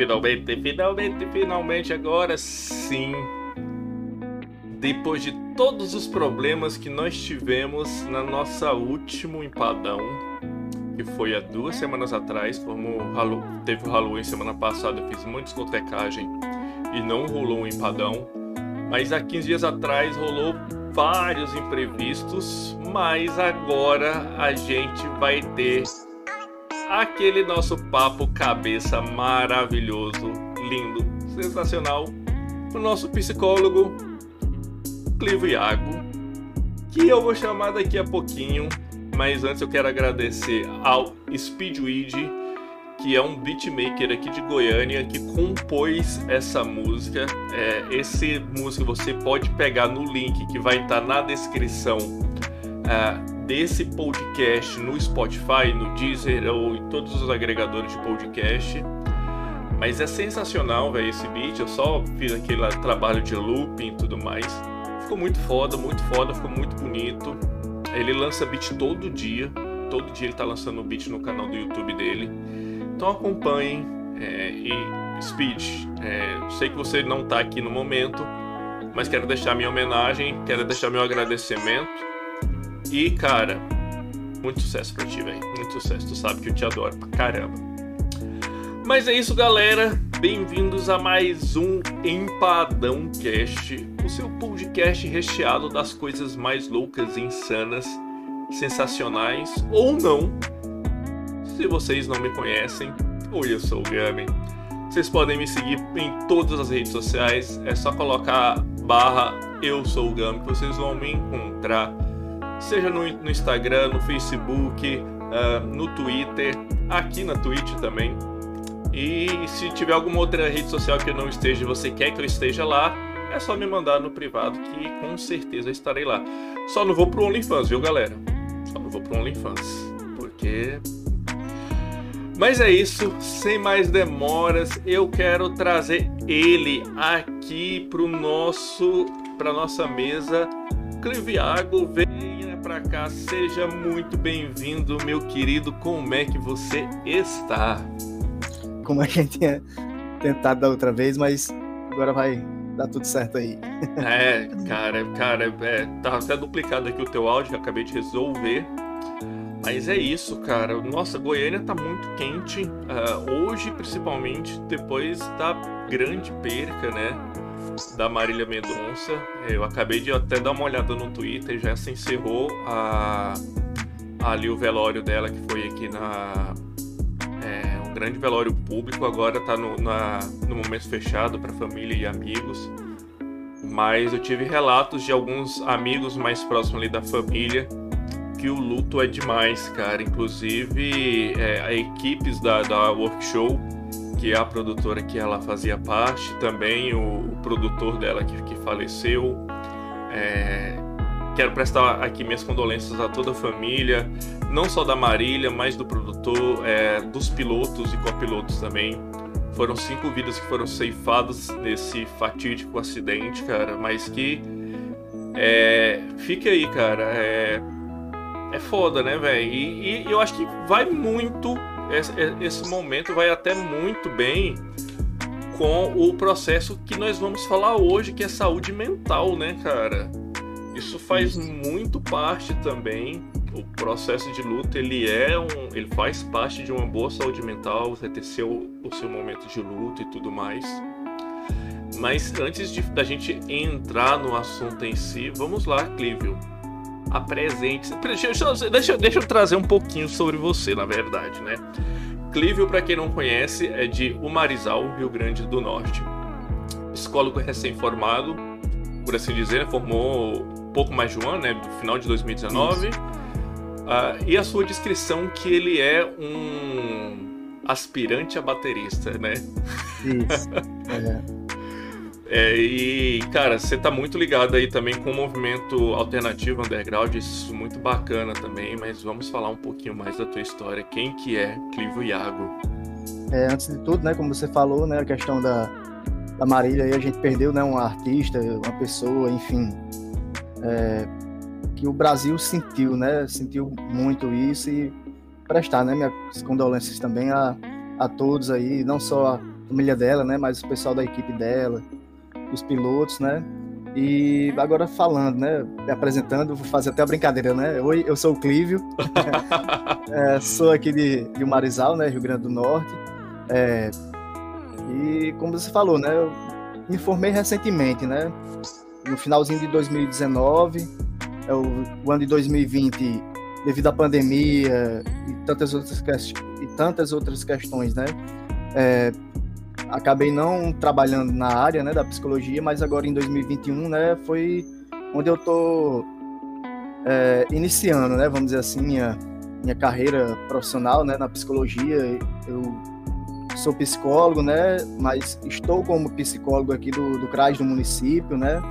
finalmente, agora sim, depois de todos os problemas que nós tivemos na nossa último empadão, que foi há 2 semanas atrás, teve o Halloween semana passada, eu fiz muita discotecagem e não rolou um empadão, mas há 15 dias atrás rolou vários imprevistos, mas agora a gente vai ter aquele nosso papo cabeça maravilhoso, lindo, sensacional, o nosso psicólogo Clivo Iago, que eu vou chamar daqui a pouquinho, mas antes eu quero agradecer ao Speedweed, que é um beatmaker aqui de Goiânia, que compôs essa música. Esse música você pode pegar no link que vai estar na descrição desse podcast no Spotify, no Deezer ou em todos os agregadores de podcast. Mas é sensacional, velho, esse beat. Eu só fiz aquele trabalho de looping e tudo mais. Ficou muito foda, ficou muito bonito. Ele lança beat todo dia ele tá lançando um beat no canal do YouTube dele. Então acompanhem. E Speed, sei que você não tá aqui no momento, mas quero deixar minha homenagem, quero deixar meu agradecimento. E cara, muito sucesso pra ti, velho. Muito sucesso, tu sabe que eu te adoro pra caramba. Mas é isso, galera. Bem-vindos a mais um Empadão Cast, o seu podcast recheado das coisas mais loucas, insanas, sensacionais ou não. Se vocês não me conhecem, oi, eu sou o Gami. Vocês podem me seguir em todas as redes sociais. É só colocar /eu sou o Gami que vocês vão me encontrar. Seja no Instagram, no Facebook, no Twitter, aqui na Twitch também. E se tiver alguma outra rede social que eu não esteja e você quer que eu esteja lá, é só me mandar no privado que com certeza eu estarei lá. Só não vou pro OnlyFans, viu, galera? Só não vou pro OnlyFans, porque... Mas é isso, sem mais demoras, eu quero trazer ele aqui pra nossa mesa. Clivo Iago, venha pra cá, seja muito bem-vindo, meu querido. Como é que você está? Como a gente tinha tentado da outra vez, mas agora vai dar tudo certo aí. Cara, tá até duplicado aqui o teu áudio que eu acabei de resolver. Mas é isso, cara. Nossa, Goiânia tá muito quente. Hoje, principalmente, depois da grande perca, né? Da Marília Mendonça. Eu acabei de até dar uma olhada no Twitter. Já se encerrou ali o velório dela, que foi aqui um grande velório público. Agora tá no momento fechado para família e amigos. Mas eu tive relatos de alguns amigos mais próximos ali da família que o luto é demais, cara. Inclusive a equipes da Workshow, que é a produtora que ela fazia parte, também o produtor dela que faleceu. Quero prestar aqui minhas condolências a toda a família, não só da Marília, mas do produtor, dos pilotos e copilotos também. Foram 5 vidas que foram ceifadas nesse fatídico acidente, cara, mas que fica aí, cara. É foda, né, velho? E eu acho que vai muito, esse momento vai até muito bem com o processo que nós vamos falar hoje, que é saúde mental, né, cara? Isso faz muito parte também. O processo de luto, ele faz parte de uma boa saúde mental. Você ter o seu momento de luto e tudo mais. Mas antes da gente entrar no assunto em si, vamos lá, Clivio. Apresente. Deixa eu trazer um pouquinho sobre você, na verdade, né? Clivio, para quem não conhece, é de Umarizal, Rio Grande do Norte. Psicólogo recém-formado, por assim dizer, formou pouco mais de um ano, né? No final de 2019. E a sua descrição que ele é um aspirante a baterista, né? Isso. E, cara, você tá muito ligado aí também com o movimento alternativo underground, isso muito bacana também, mas vamos falar um pouquinho mais da tua história. Quem que é Clivo Iago? Antes de tudo, né, como você falou, né, a questão da Marília, aí a gente perdeu, né, uma artista, uma pessoa, enfim, que o Brasil sentiu, né, sentiu muito isso, e prestar, né, minhas condolências também a todos aí, não só família dela, né? Mais o pessoal da equipe dela, os pilotos, né? E agora falando, né? Me apresentando, vou fazer até a brincadeira, né? Oi, eu sou o Clívio, sou aqui de Marizal, né? Rio Grande do Norte. E como você falou, né? Eu me formei recentemente, né? No finalzinho de 2019, o ano de 2020, devido à pandemia e tantas outras questões, né? Acabei não trabalhando na área, né, da psicologia, mas agora em 2021, né, foi onde eu tô iniciando, né, vamos dizer assim, minha carreira profissional, né, na psicologia. Eu sou psicólogo, né, mas estou como psicólogo aqui do CRAS do município, né,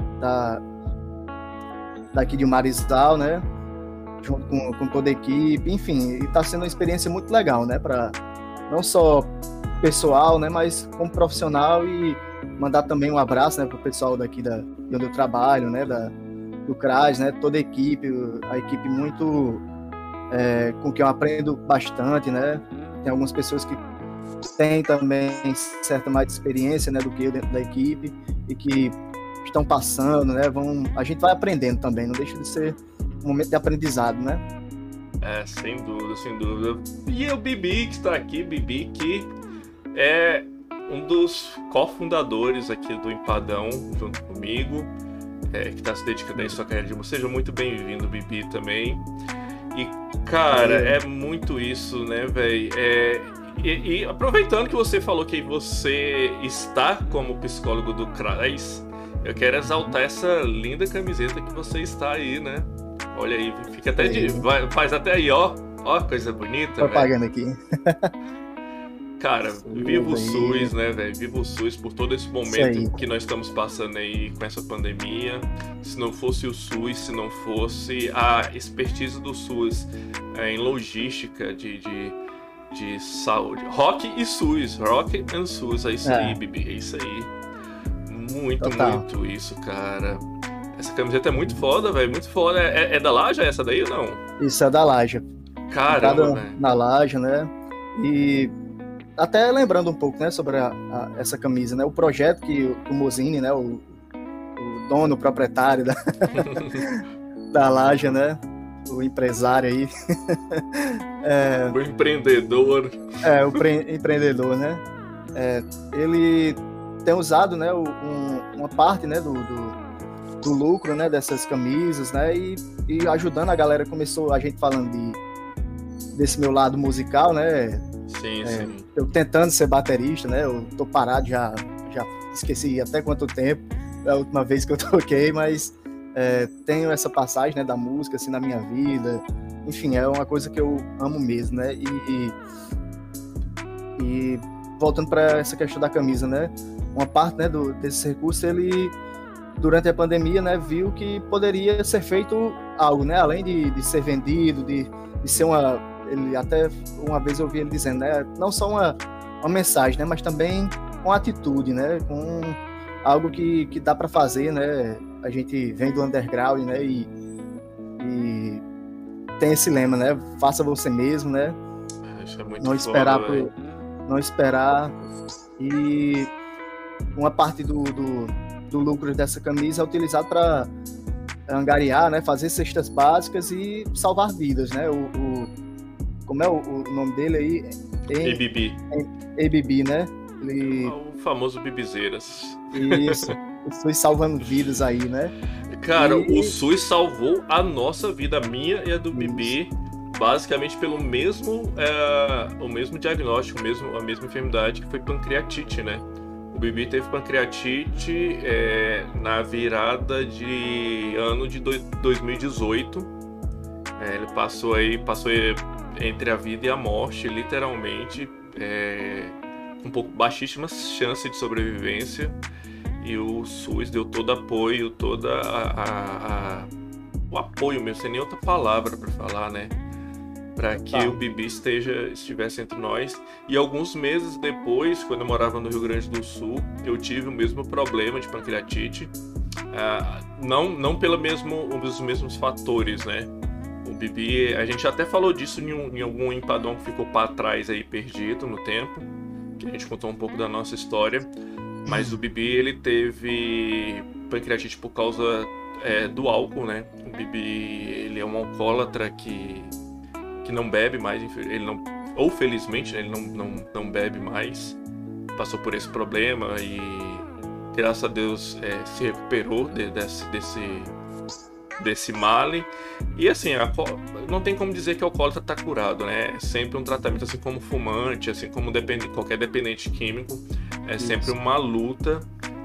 daqui de Marizal, né, junto com toda a equipe, enfim, e está sendo uma experiência muito legal, né, para não só pessoal, né, mas como profissional, e mandar também um abraço, né, para o pessoal daqui de onde eu trabalho, né, do CRAS, né, toda a equipe muito com quem eu aprendo bastante, né, tem algumas pessoas que têm também certa mais experiência, né, do que eu dentro da equipe e que estão passando, né, a gente vai aprendendo também, não deixa de ser um momento de aprendizado, né. Sem dúvida, sem dúvida. E o Bibi que está aqui, Bibi que é um dos cofundadores aqui do Empadão, junto comigo, que está se dedicando a sua carreira de música. Seja muito bem-vindo, Bibi, também. E, cara, é muito isso, né, velho? E aproveitando que você falou que você está como psicólogo do CRAS, eu quero exaltar essa linda camiseta que você está aí, né? Olha aí, fica até faz até aí, ó coisa bonita, velho. Propaganda aqui. Cara, viva o SUS, né, velho? Viva o SUS por todo esse momento que nós estamos passando aí com essa pandemia. Se não fosse o SUS, se não fosse a expertise do SUS em logística de saúde. Rock e SUS, Rock and SUS, é isso aí, Bibi, é isso aí. Muito isso, cara. Essa camiseta é muito foda, velho, muito foda. É da Laja essa daí ou não? Isso, é da Laja. Caramba, velho. Na Laja, né? E até lembrando um pouco, né, sobre essa camisa, né? O projeto que o Mozini, né, o dono, o proprietário da Laja, né? O empresário aí. O empreendedor. O empreendedor, né? Ele tem usado, né, uma parte, né, do lucro, né, dessas camisas, né, e ajudando a galera. Começou a gente falando desse meu lado musical, né? Sim. Eu tentando ser baterista, né? Eu tô parado, já esqueci até quanto tempo a última vez que eu toquei, mas tenho essa passagem, né, da música assim na minha vida. Enfim, é uma coisa que eu amo mesmo, né? E voltando para essa questão da camisa, né? Uma parte, né, desse recurso, ele durante a pandemia, né, viu que poderia ser feito algo, né? Além de ser vendido, de ser ele até uma vez eu ouvi ele dizendo, né, não só uma mensagem, né, mas também uma atitude, né, com algo que dá para fazer, né. A gente vem do underground, né, e tem esse lema, né, faça você mesmo, né. Isso é muito não esperar, e uma parte do lucro dessa camisa é utilizado para angariar, né, fazer cestas básicas e salvar vidas, né. Como é o nome dele aí? ABB, né? O famoso Bibizeiras. Isso. O SUS salvando vidas aí, né? Cara, o SUS salvou a nossa vida, a minha e a do Bibi, basicamente pelo mesmo diagnóstico, a mesma enfermidade, que foi pancreatite, né? O Bibi teve pancreatite na virada de ano de 2018. Ele passou entre a vida e a morte, literalmente, um pouco baixíssimas chances de sobrevivência, e o SUS deu todo apoio, o apoio mesmo, sem nem outra palavra para falar, né, para que o Bibi estivesse entre nós. E alguns meses depois, quando eu morava no Rio Grande do Sul, eu tive o mesmo problema de pancreatite, não pelos mesmos fatores, né. O Bibi, a gente até falou disso em algum empadão que ficou para trás aí, perdido no tempo, que a gente contou um pouco da nossa história. Mas o Bibi, ele teve pancreatite por causa do álcool, né? O Bibi, ele é um alcoólatra que não bebe mais, ele não, ou felizmente, né, ele não bebe mais. Passou por esse problema e, graças a Deus, se recuperou desse male. E assim, não tem como dizer que o alcoólatra está curado, né? É sempre um tratamento, assim como fumante, assim como qualquer dependente químico. É sempre uma luta.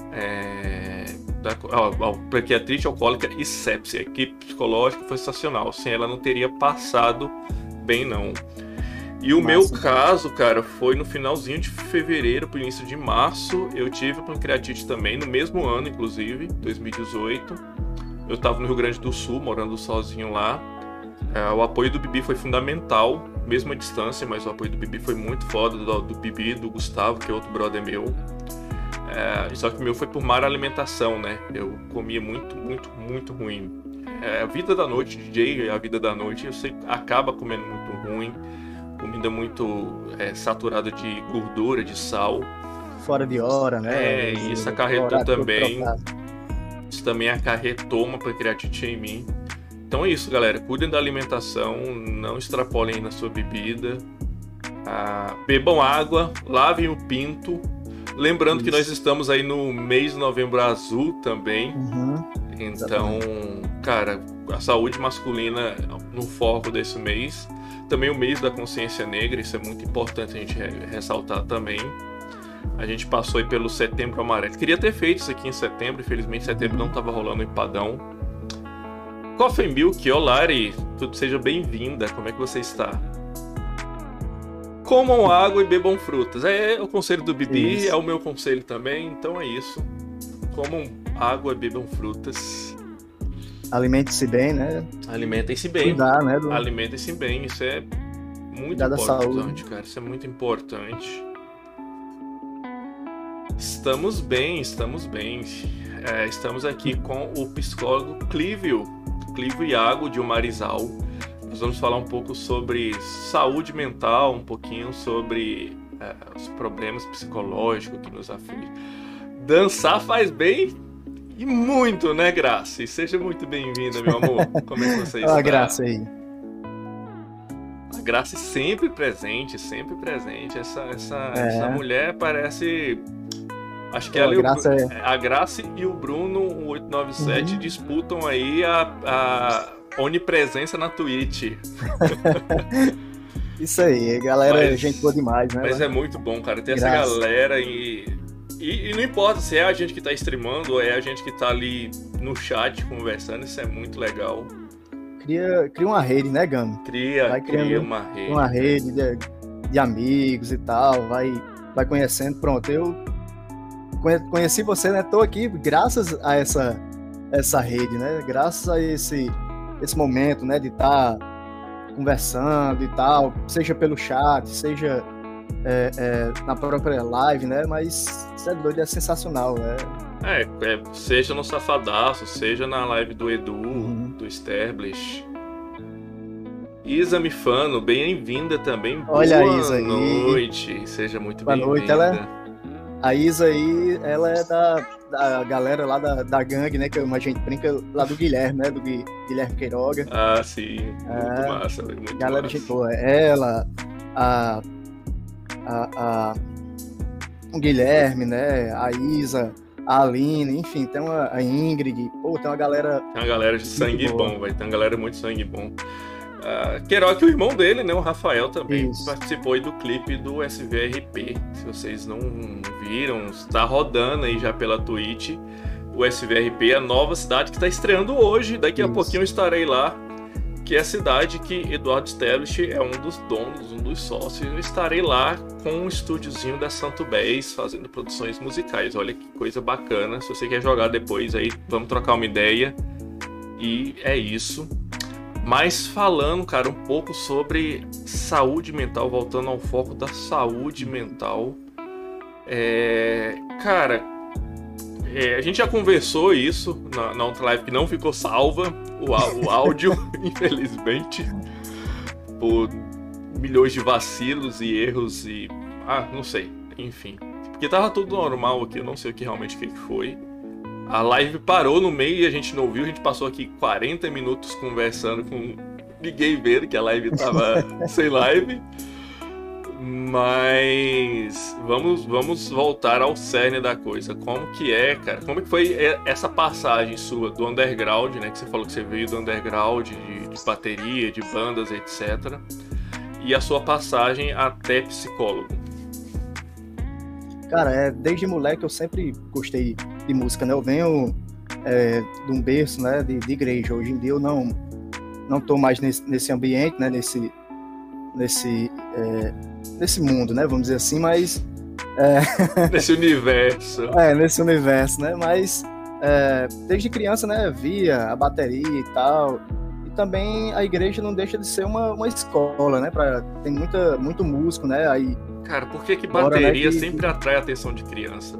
Pancreatite alcoólica e sepsia. A equipe psicológica foi sensacional. Sem ela não teria passado bem, não. E o meu caso, cara, foi no finalzinho de fevereiro pro início de março. Eu tive pancreatite também, no mesmo ano, inclusive, 2018. Eu estava no Rio Grande do Sul, morando sozinho lá. O apoio do Bibi foi fundamental, mesmo à distância, mas o apoio do Bibi foi muito foda, do Bibi, do Gustavo, que é outro brother meu. Só que o meu foi por má alimentação, né? Eu comia muito, muito, muito ruim. A vida da noite, DJ, a vida da noite, você acaba comendo muito ruim. Comida muito saturada de gordura, de sal. Fora de hora, né? Isso acarretou também. Isso também acarretou uma pancreatite em mim. Então é isso, galera. Cuidem da alimentação, não extrapolem na sua bebida. Bebam água, lavem o pinto. Lembrando que nós estamos aí no mês de Novembro Azul também. Então, cara, a saúde masculina no foco desse mês. Também o mês da consciência negra, isso é muito importante a gente ressaltar também. A gente passou aí pelo Setembro Amarelo. Queria ter feito isso aqui em setembro, infelizmente em setembro não estava rolando o empadão. Coffee Milk, olá Ari, seja bem-vinda, como é que você está? Comam água e bebam frutas. É o conselho do Bibi, isso. É o meu conselho também, então é isso. Comam água e bebam frutas. Alimente-se bem, né? Alimentem-se bem. Cuidar, né? Alimentem-se bem, isso é muito importante, cara. Isso é muito importante. Estamos bem. Estamos aqui com o psicólogo Clívio Iago de Umarizal. Nós vamos falar um pouco sobre saúde mental, um pouquinho sobre os problemas psicológicos que nos afligem. Dançar faz bem e muito, né, Graça? E seja muito bem-vinda, meu amor. Como é que você está? Olha a Graça aí. A Graça sempre presente. Essa mulher parece... Acho que ela a Graça e o Bruno, o 897, disputam aí a onipresença na Twitch. Isso aí, galera, gente boa demais, né? Mas é muito bom, cara, ter essa galera e não importa se é a gente que tá streamando ou é a gente que tá ali no chat conversando, isso é muito legal. Cria uma rede, né, Gami? Cria uma rede. Uma rede de amigos e tal, vai conhecendo. Pronto, eu conheci você, né? Tô aqui graças a essa rede, né? Graças a esse momento, né? De estar conversando e tal, seja pelo chat, seja na própria live, né? Mas isso é doido, é sensacional, né? Seja no Safadaço, seja na live do Edu, do Stablish. Isa Mifano, bem-vinda também. Olha a Isa aí. Boa noite, seja muito bem-vinda. Boa noite, a Isa aí, ela é da galera lá da gangue, né? Que a gente brinca lá do Guilherme, né? Do Guilherme Queiroga. Ah, sim. Muito massa, muito galera massa. Gente boa. Ela, o Guilherme, né? A Isa, a Aline, enfim, tem a Ingrid. Pô, tem uma galera... Tem uma galera de sangue bom, vai. Tem uma galera muito sangue bom. Queiroga, o irmão dele, né, o Rafael, também participou aí do clipe do SVRP. Se vocês não viram, está rodando aí já pela Twitch o SVRP, a nova cidade que está estreando hoje. Daqui a pouquinho eu estarei lá, que é a cidade que Eduardo Stablish é um dos donos, um dos sócios. Eu estarei lá com um estúdiozinho da Santo Bés, fazendo produções musicais. Olha que coisa bacana. Se você quer jogar depois aí, vamos trocar uma ideia. E é isso. Mas falando, cara, um pouco sobre saúde mental, voltando ao foco da saúde mental. Cara, a gente já conversou isso na outra live que não ficou salva, o áudio, infelizmente, por milhões de vacilos e erros e... não sei. enfim. Porque tava tudo normal aqui, eu não sei o que realmente o que foi. A live parou no meio e a gente não ouviu, a gente passou aqui 40 minutos conversando com ninguém vendo que a live tava sem live. Mas vamos voltar ao cerne da coisa. Como que é, cara? Como que foi essa passagem sua do underground, né? Que você falou que você veio do underground, de bateria, de bandas, etc. E a sua passagem até psicólogo. Cara, desde moleque eu sempre gostei de música, né? Eu venho de um berço, né, de igreja. Hoje em dia eu não tô mais nesse ambiente, né? Nesse mundo, né? Vamos dizer assim, mas... Nesse universo. Nesse universo, né? Mas desde criança, né? Via a bateria e tal. E também a igreja não deixa de ser uma escola, né? Tem muito músico, né? Aí, cara, por que bateria sempre atrai a atenção de criança?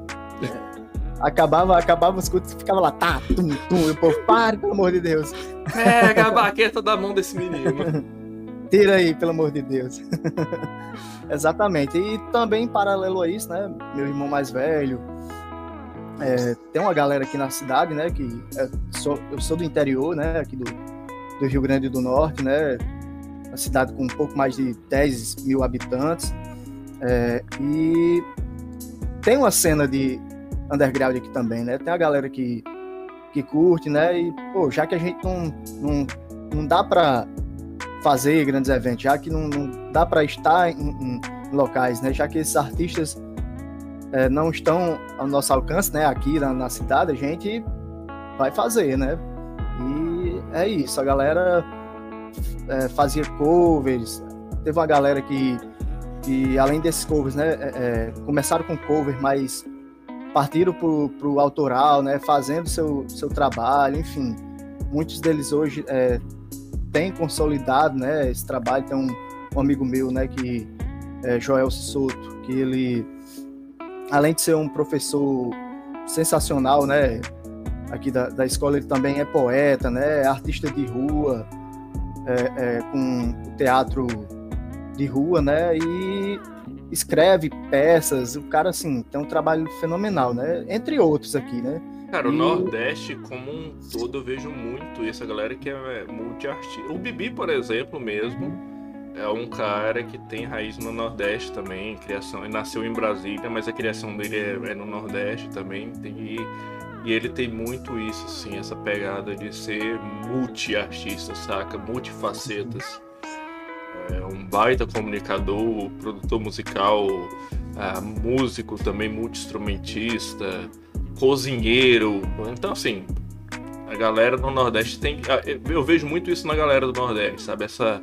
Acabava os cultos e ficava lá, tá, tum, tum. E o povo, pare, pelo amor de Deus. Pega a baqueta da mão desse menino. Tira aí, pelo amor de Deus. Exatamente. E também, em paralelo a isso, né? Meu irmão mais velho, tem uma galera aqui na cidade, né? Que eu sou do interior, né? Aqui do Rio Grande do Norte, né? Uma cidade com um pouco mais de 10 mil habitantes. E tem uma cena de underground aqui também, né? Tem a galera que curte, né? E, pô, já que a gente não dá pra fazer grandes eventos, já que não dá para estar em locais, né? Já que esses artistas não estão ao nosso alcance, né? Aqui na cidade, a gente vai fazer, né? E é isso, a galera fazia covers, teve uma galera que além desses covers, né? Começaram com cover, mas partiram pro autoral, né? Fazendo seu trabalho, enfim. Muitos deles hoje tem consolidado, né, esse trabalho. Tem um amigo meu, né, que é Joel Soto, que ele, além de ser um professor sensacional, né, aqui da escola, ele também é poeta, né, é artista de rua, com o teatro de rua, né, e escreve peças. O cara, assim, tem um trabalho fenomenal, né, entre outros aqui, né. Cara, o Nordeste como um todo eu vejo muito essa galera que é multi-artista. O Bibi, por exemplo, mesmo, é um cara que tem raiz no Nordeste também, criação. Ele nasceu em Brasília, mas a criação dele é no Nordeste também. E ele tem muito isso, assim, essa pegada de ser multi-artista, saca? Multifacetas. Um baita comunicador, produtor musical, músico também, multi-instrumentista, cozinheiro. Então, assim, a galera do Nordeste tem... Eu vejo muito isso na galera do Nordeste, sabe? Essa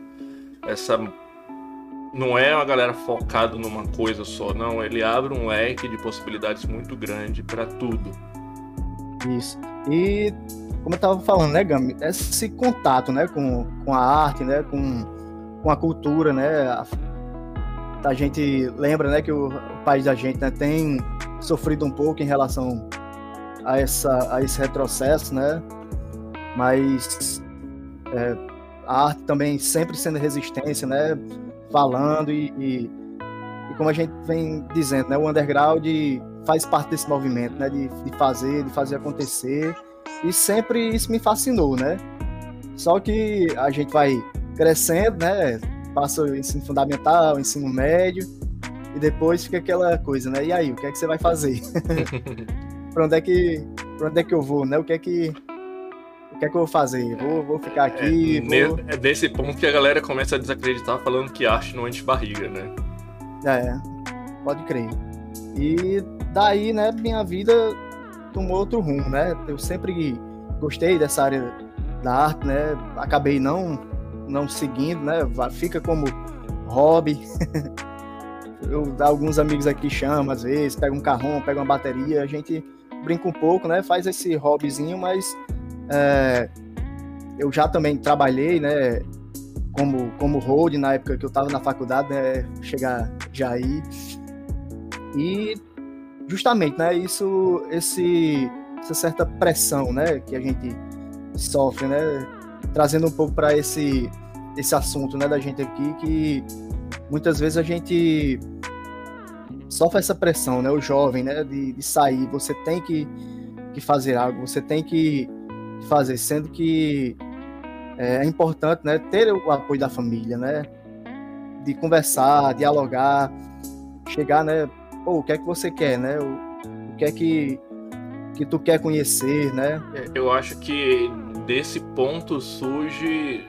não é uma galera focada numa coisa só, não. Ele abre um leque de possibilidades muito grande para tudo. Isso. E, como eu tava falando, né, Gami? Esse contato, né, com a arte, né, com a cultura, né? A gente lembra, né, que o país da gente, né, tem sofrido um pouco em relação a esse retrocesso, né? Mas a arte também sempre sendo resistência, né? Falando e como a gente vem dizendo, né? O underground faz parte desse movimento, né? De fazer acontecer, e sempre isso me fascinou, né? Só que a gente vai crescendo, né? Passa o ensino fundamental, o ensino médio, e depois fica aquela coisa, né? E aí, o que é que você vai fazer? Pra onde é que eu vou, né? O que é que eu vou fazer? Vou ficar aqui? É desse ponto que a galera começa a desacreditar, falando que arte não enche barriga, né? Pode crer. E daí, né, minha vida tomou outro rumo, né? Eu sempre gostei dessa área da arte, né? Acabei não seguindo, né? Fica como hobby. Alguns amigos aqui chamam, às vezes, pega um carrão, pega uma bateria, a gente brinca um pouco, né? Faz esse hobbyzinho, mas eu já também trabalhei, né? Como road na época que eu estava na faculdade, né? Chegar já aí. E justamente, né? Essa certa pressão, né? Que a gente sofre, né? Trazendo um pouco para esse assunto, né? Da gente aqui, que muitas vezes a gente sofre essa pressão, né? O jovem, né? De sair, você tem que fazer algo, você tem que fazer, sendo que é importante, né? Ter o apoio da família, né? De conversar, dialogar, chegar, né? Pô, o que é que você quer, né? O que é que tu quer conhecer, né? Eu acho que desse ponto surge,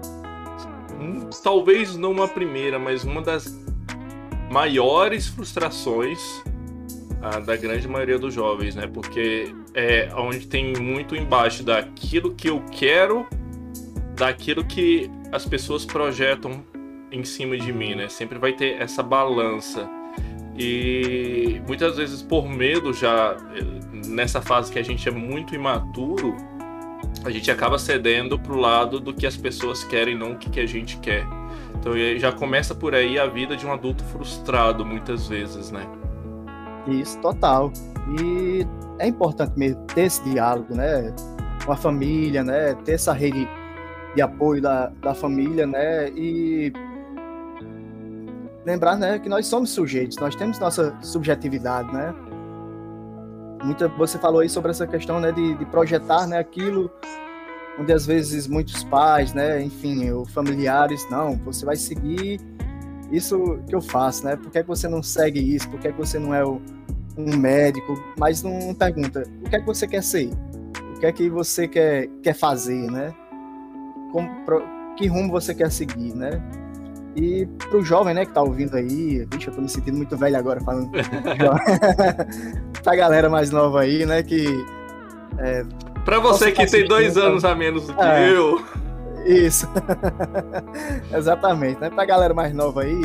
talvez não uma primeira, mas uma das maiores frustrações da grande maioria dos jovens, né? Porque é onde tem muito embaixo daquilo que eu quero, daquilo que as pessoas projetam em cima de mim, né? Sempre vai ter essa balança. E muitas vezes por medo, já nessa fase que a gente é muito imaturo, a gente acaba cedendo pro lado do que as pessoas querem, não o que a gente quer. Então já começa por aí a vida de um adulto frustrado, muitas vezes, né? Isso, total. E é importante mesmo ter esse diálogo, né? Com a família, né? Ter essa rede de apoio da família, né? E lembrar, né, que nós somos sujeitos, nós temos nossa subjetividade, né? Você falou aí sobre essa questão, né, de projetar, né, aquilo onde às vezes muitos pais, né, enfim, ou familiares, não, você vai seguir isso que eu faço, né? Por que é que você não segue isso? Por que é que você não é um médico? Mas não pergunta, o que é que você quer ser? O que é que você quer fazer, né? Que rumo você quer seguir, né? E pro jovem, né, que tá ouvindo aí, bicho, eu tô me sentindo muito velho agora falando pra galera mais nova aí, né, que... Pra você que tem 2 anos a menos do que eu. Isso. Exatamente, né, pra galera mais nova aí,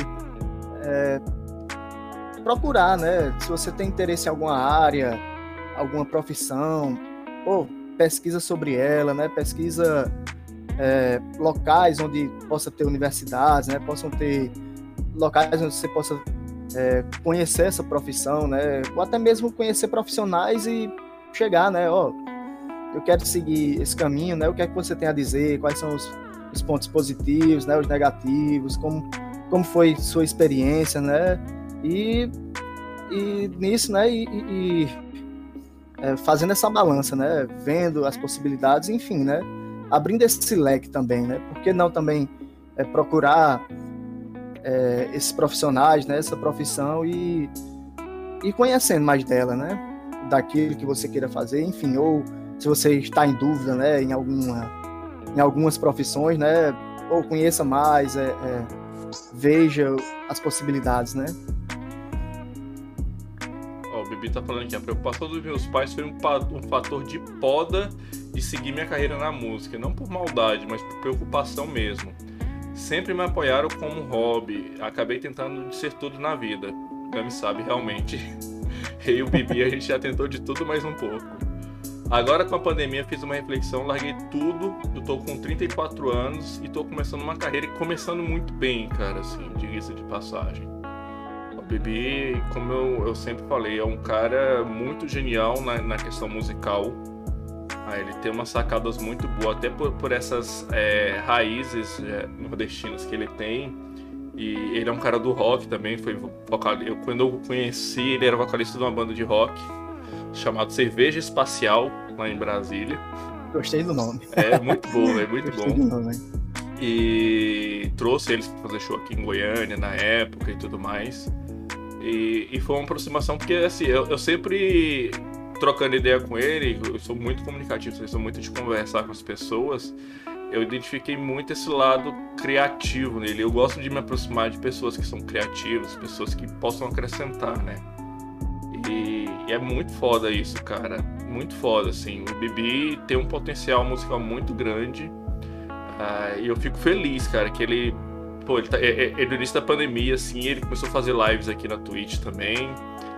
procurar, né, se você tem interesse em alguma área, alguma profissão, pô, pesquisa sobre ela, né, pesquisa... locais onde possa ter universidades, né? Possam ter locais onde você possa conhecer essa profissão, né? Ou até mesmo conhecer profissionais e chegar, né? Ó, eu quero seguir esse caminho, né? O que é que você tem a dizer? Quais são os pontos positivos, né? Os negativos? Como foi sua experiência, né? E nisso, né? Fazendo essa balança, né? Vendo as possibilidades, enfim, né? Abrindo esse leque também, né? Por que não também procurar esses profissionais, né? Essa profissão e conhecendo mais dela, né? Daquilo que você queira fazer, enfim, ou se você está em dúvida, né? Em algumas profissões, né? Ou conheça mais, veja as possibilidades, né? O Bibi tá falando aqui, a preocupação dos meus pais foi um fator de poda de seguir minha carreira na música, não por maldade, mas por preocupação mesmo. Sempre me apoiaram como hobby, acabei tentando ser tudo na vida. Gami sabe, realmente. Eu e o Bibi, a gente já tentou de tudo mais um pouco. Agora com a pandemia fiz uma reflexão, larguei tudo, eu tô com 34 anos e tô começando uma carreira e começando muito bem, cara, assim, diga-se de passagem. O Bibi, como eu sempre falei, é um cara muito genial na questão musical. Ele tem umas sacadas muito boas, até por essas raízes nordestinas que ele tem. E ele é um cara do rock também, quando eu conheci, ele era vocalista de uma banda de rock chamado Cerveja Espacial, lá em Brasília. Gostei do nome. É muito bom, é muito Gostei bom. Do nome. E trouxe eles para fazer show aqui em Goiânia na época e tudo mais. E foi uma aproximação, porque assim, eu sempre trocando ideia com ele, eu sou muito comunicativo, eu sou muito de conversar com as pessoas, eu identifiquei muito esse lado criativo nele. Eu gosto de me aproximar de pessoas que são criativas, pessoas que possam acrescentar, né? E é muito foda isso, cara. Muito foda, assim. O Bibi tem um potencial musical muito grande. E eu fico feliz, cara, que ele... Pô, ele no início da pandemia, assim, ele começou a fazer lives aqui na Twitch também.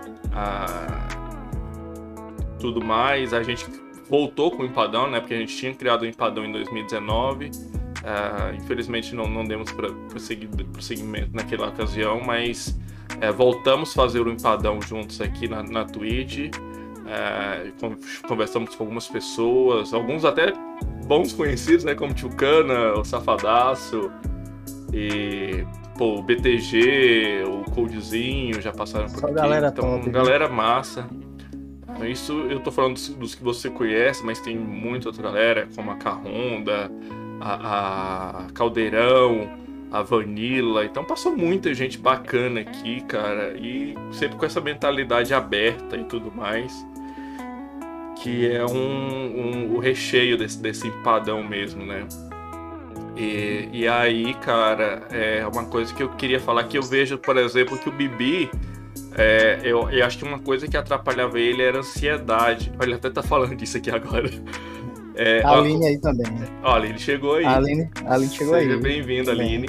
Tudo mais. A gente voltou com o Empadão, né? Porque a gente tinha criado o Empadão em 2019. Infelizmente não demos prosseguimento naquela ocasião, mas voltamos a fazer o Empadão juntos aqui na Twitch. Conversamos com algumas pessoas, alguns até bons conhecidos, né? Como Tio Cana, o Safadaço. E pô, o BTG, o Coldzinho já passaram por Só aqui. galera Então, top, galera massa. Então, isso eu tô falando dos que você conhece, mas tem muita outra galera, como a Carronda, a Caldeirão, a Vanilla. Então passou muita gente bacana aqui, cara. E sempre com essa mentalidade aberta e tudo mais. Que é o recheio desse empadão mesmo, né? E aí, cara, é uma coisa que eu queria falar, que eu vejo, por exemplo, que o Bibi, eu acho que uma coisa que atrapalhava ele era a ansiedade. Olha, ele até tá falando disso aqui agora. A Aline aí também. Olha, ele chegou aí. A Aline chegou aí. Seja bem-vindo, Aline.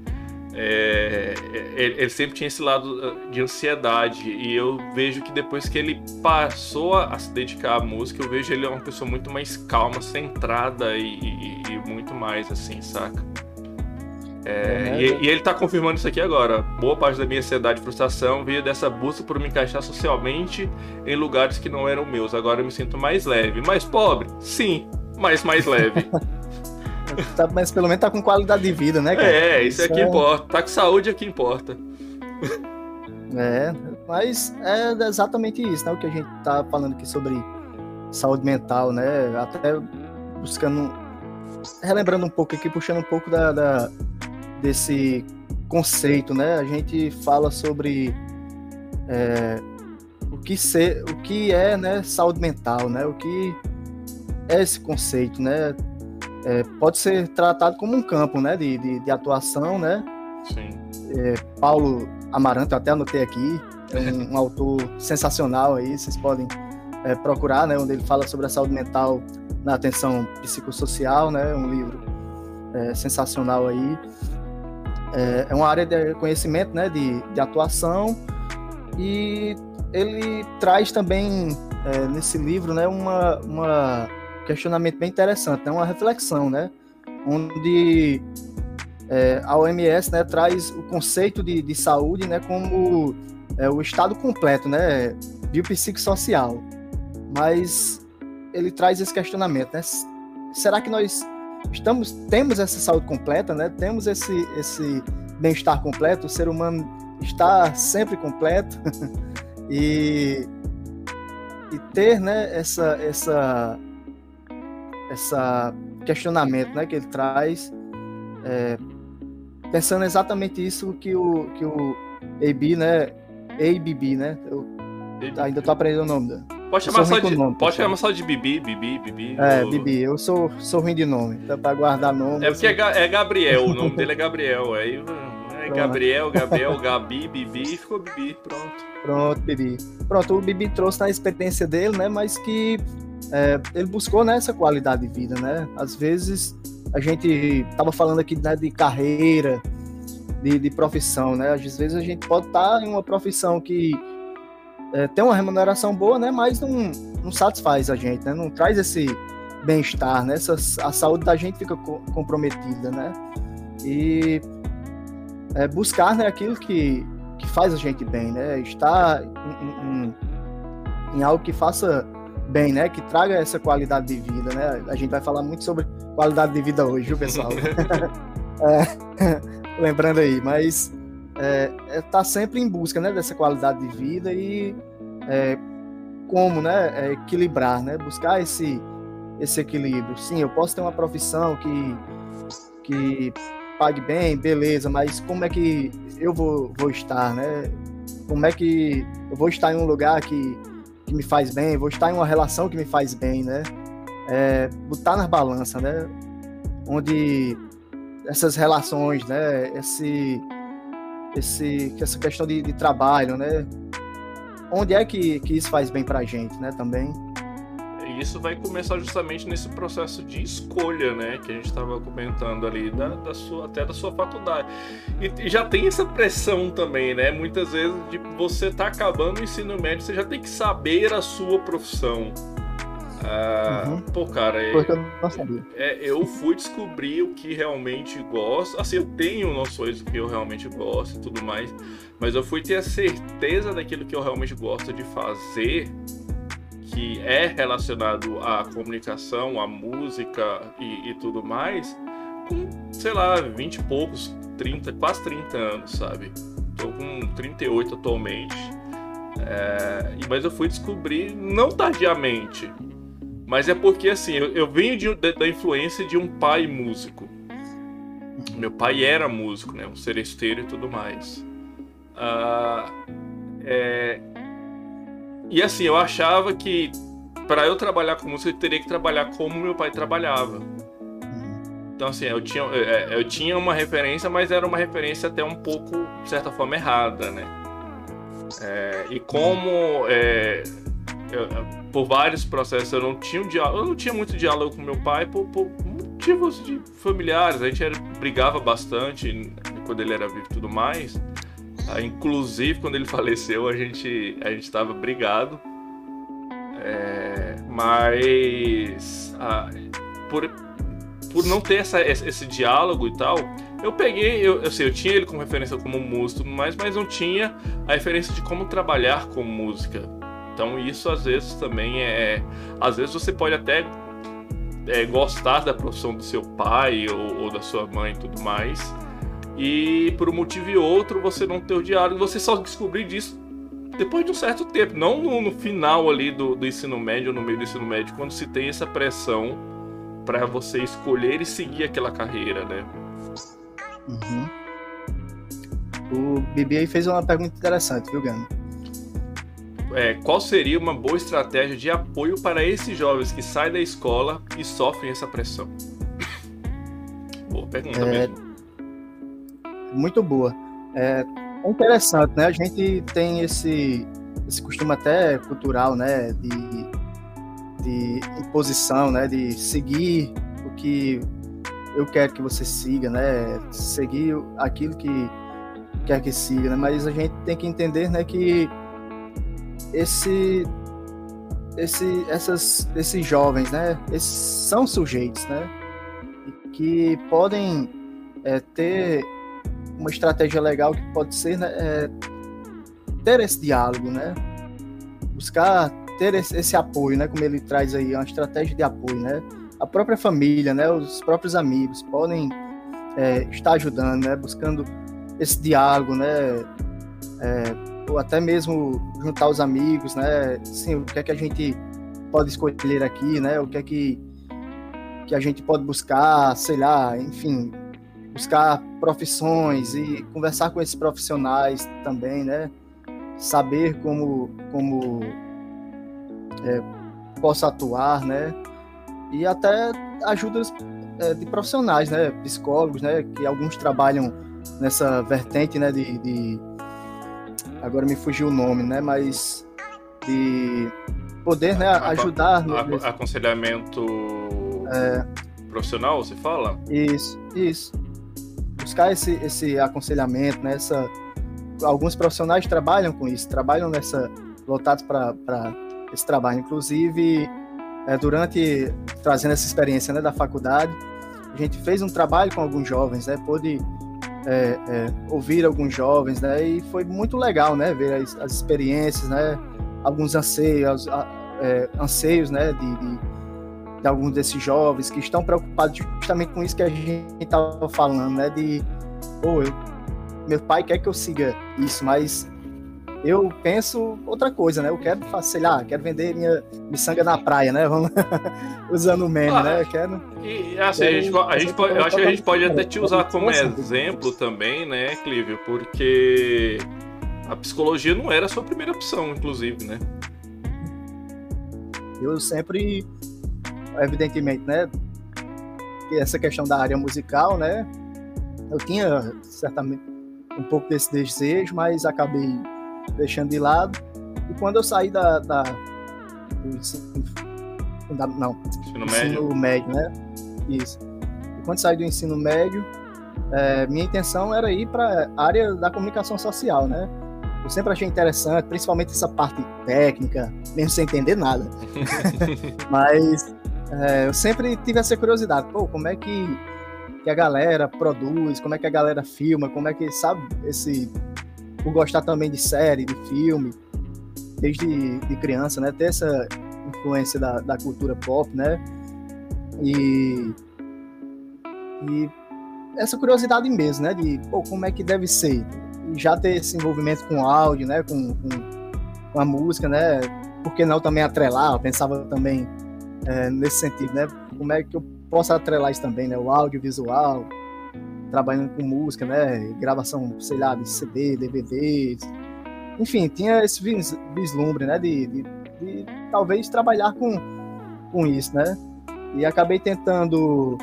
Ele sempre tinha esse lado de ansiedade, e eu vejo que depois que ele passou a se dedicar à música, eu vejo ele uma pessoa muito mais calma, centrada e muito mais assim, saca? E ele tá confirmando isso aqui agora. Boa parte da minha ansiedade e frustração veio dessa busca por me encaixar socialmente em lugares que não eram meus. Agora eu me sinto mais leve. Mais pobre? Sim, mas mais leve. Mas pelo menos tá com qualidade de vida, né, cara? Isso é que importa. Tá com saúde é que importa. Mas é exatamente isso, né? O que a gente tá falando aqui sobre saúde mental, né? Até buscando, relembrando um pouco aqui, puxando um pouco desse conceito, né? A gente fala sobre o que é, né, saúde mental, né? O que é esse conceito, né? Pode ser tratado como um campo, né, de atuação, né? Sim. Paulo Amaranto, eu até anotei aqui, um autor sensacional aí, vocês podem procurar, né, onde ele fala sobre a saúde mental na atenção psicossocial, né? Um livro sensacional aí. É uma área de conhecimento, né, de atuação, e ele traz também nesse livro, né, uma questionamento bem interessante, né? Uma reflexão, né? Onde a OMS, né, traz o conceito de saúde, né, como o estado completo, né, biopsicossocial. Mas ele traz esse questionamento, né? Será que nós temos essa saúde completa, né? Temos esse bem-estar completo? O ser humano está sempre completo? e ter, né, essa questionamento, né, que ele traz, pensando exatamente isso que o AB, né, ABB, né, eu ainda tô aprendendo o nome dele. Pode chamar só de Bibi. Bibi, eu sou ruim de nome, dá pra guardar nome. Porque é Gabriel, o nome dele é Gabriel, aí Gabriel, Gabi, Bibi, ficou Bibi, Pronto, Bibi. Pronto, o Bibi trouxe na experiência dele, né, mas que ele buscou, né, essa qualidade de vida, né? Às vezes a gente tava falando aqui, né, de carreira, de profissão, né? Às vezes a gente pode estar em uma profissão que tem uma remuneração boa, né, mas não satisfaz a gente, né? Não traz esse bem-estar, né? A saúde da gente fica comprometida, né? E buscar, né, aquilo que faz a gente bem, né? Estar em algo que faça bem, né? Que traga essa qualidade de vida, né? A gente vai falar muito sobre qualidade de vida hoje, viu, pessoal? Lembrando aí, mas tá sempre em busca, né, dessa qualidade de vida e como, né, equilibrar, né? Buscar esse equilíbrio. Sim, eu posso ter uma profissão que pague bem, beleza, mas como é que eu vou estar, né? Como é que eu vou estar em um lugar que me faz bem, vou estar em uma relação que me faz bem, né? Botar na balança, né? Onde essas relações, né? Essa questão de trabalho, né? Onde é que isso faz bem pra gente, né? Também. E isso vai começar justamente nesse processo de escolha, né? Que a gente estava comentando ali, até da sua faculdade. E já tem essa pressão também, né? Muitas vezes de você tá acabando o ensino médio, você já tem que saber a sua profissão. Pô, cara, porque eu não sabia. Eu fui descobrir o que realmente gosto. Assim, eu tenho noções do que eu realmente gosto e tudo mais, mas eu fui ter a certeza daquilo que eu realmente gosto de fazer, que é relacionado à comunicação, à música e tudo mais, com sei lá, 20 e poucos, 30, quase 30 anos, sabe? Tô com 38 atualmente. Mas eu fui descobrir, não tardiamente, mas é porque, assim, eu venho da influência de um pai músico. Meu pai era músico, né? Um seresteiro e tudo mais. E assim, eu achava que para eu trabalhar com música, eu teria que trabalhar como meu pai trabalhava. Então, assim, eu tinha uma referência, mas era uma referência até um pouco, de certa forma, errada, né? E como por vários processos eu não tinha muito diálogo com meu pai por motivos familiares. A gente brigava bastante quando ele era vivo e tudo mais. Inclusive, quando ele faleceu, a gente estava brigado. Mas por não ter esse diálogo e tal, eu tinha ele como referência como músico, mas não tinha a referência de como trabalhar com música. Então isso às vezes também às vezes você pode até gostar da profissão do seu pai ou da sua mãe e tudo mais, e por um motivo e outro você não ter o diálogo, você só descobrir disso depois de um certo tempo, não no final ali do ensino médio ou no meio do ensino médio, quando se tem essa pressão para você escolher e seguir aquela carreira, né? Uhum. O Bibi aí fez uma pergunta interessante, viu, Gano? Qual seria uma boa estratégia de apoio para esses jovens que saem da escola e sofrem essa pressão? Boa pergunta mesmo. Muito boa. É interessante, né? A gente tem esse costume até cultural, né? De imposição, né? De seguir o que eu quero que você siga, né? Seguir aquilo que quer que siga, né? Mas a gente tem que entender, né? Que esses jovens, né? Esses são sujeitos, né? Que podem ter uma estratégia legal que pode ser, né, ter esse diálogo, né? Buscar ter esse apoio, né? Como ele traz aí, uma estratégia de apoio, né? A própria família, né? Os próprios amigos podem estar ajudando, né? Buscando esse diálogo, né? Ou até mesmo juntar os amigos, né? Sim, o que é que a gente pode escolher aqui, né? O que é que a gente pode buscar, sei lá, enfim, buscar profissões e conversar com esses profissionais também, né? Saber como posso atuar, né? E até ajudas de profissionais, né? Psicólogos, né? Que alguns trabalham nessa vertente, né? Agora me fugiu o nome, né? Mas de poder, né? Ajudar. Aconselhamento profissional, você fala? Isso. Buscar esse aconselhamento, né? Alguns profissionais trabalham com isso, voltados para esse trabalho. Inclusive, trazendo essa experiência, né, da faculdade, a gente fez um trabalho com alguns jovens, né? Pôde ouvir alguns jovens, né? E foi muito legal, né? Ver as experiências, né? Alguns anseios, né? De alguns desses jovens que estão preocupados justamente com isso que a gente estava falando, né? Meu pai quer que eu siga isso, mas eu penso outra coisa, né? Eu quero, sei lá, quero vender minha miçanga na praia, né? Vamos usando o meme, né? Eu quero. E assim, eu acho que a gente pode até te usar como exemplo também, né, Clívio? Porque a psicologia não era a sua primeira opção, inclusive, né? Eu sempre, evidentemente, né? Que essa questão da área musical, né? Eu tinha certamente um pouco desse desejo, mas acabei deixando de lado. E quando eu saí do ensino médio, né? Isso. E quando saí do ensino médio, minha intenção era ir para a área da comunicação social, né? Eu sempre achei interessante, principalmente essa parte técnica, mesmo sem entender nada. Mas eu sempre tive essa curiosidade. Como é que a galera produz, como é que a galera filma, como é que, sabe, por gostar também de série, de filme, desde de criança, né? Ter essa influência da cultura pop, né? E essa curiosidade mesmo, né? De, pô, como é que deve ser? E já ter esse envolvimento com áudio, né? Com a música, né? Por que não também atrelar? Eu pensava também nesse sentido, né? Como é que eu posso atrelar isso também, né? O audiovisual, trabalhando com música, né? Gravação, sei lá, de CD, DVDs. Enfim, tinha esse vislumbre, né? De talvez trabalhar com isso, né? E acabei tentando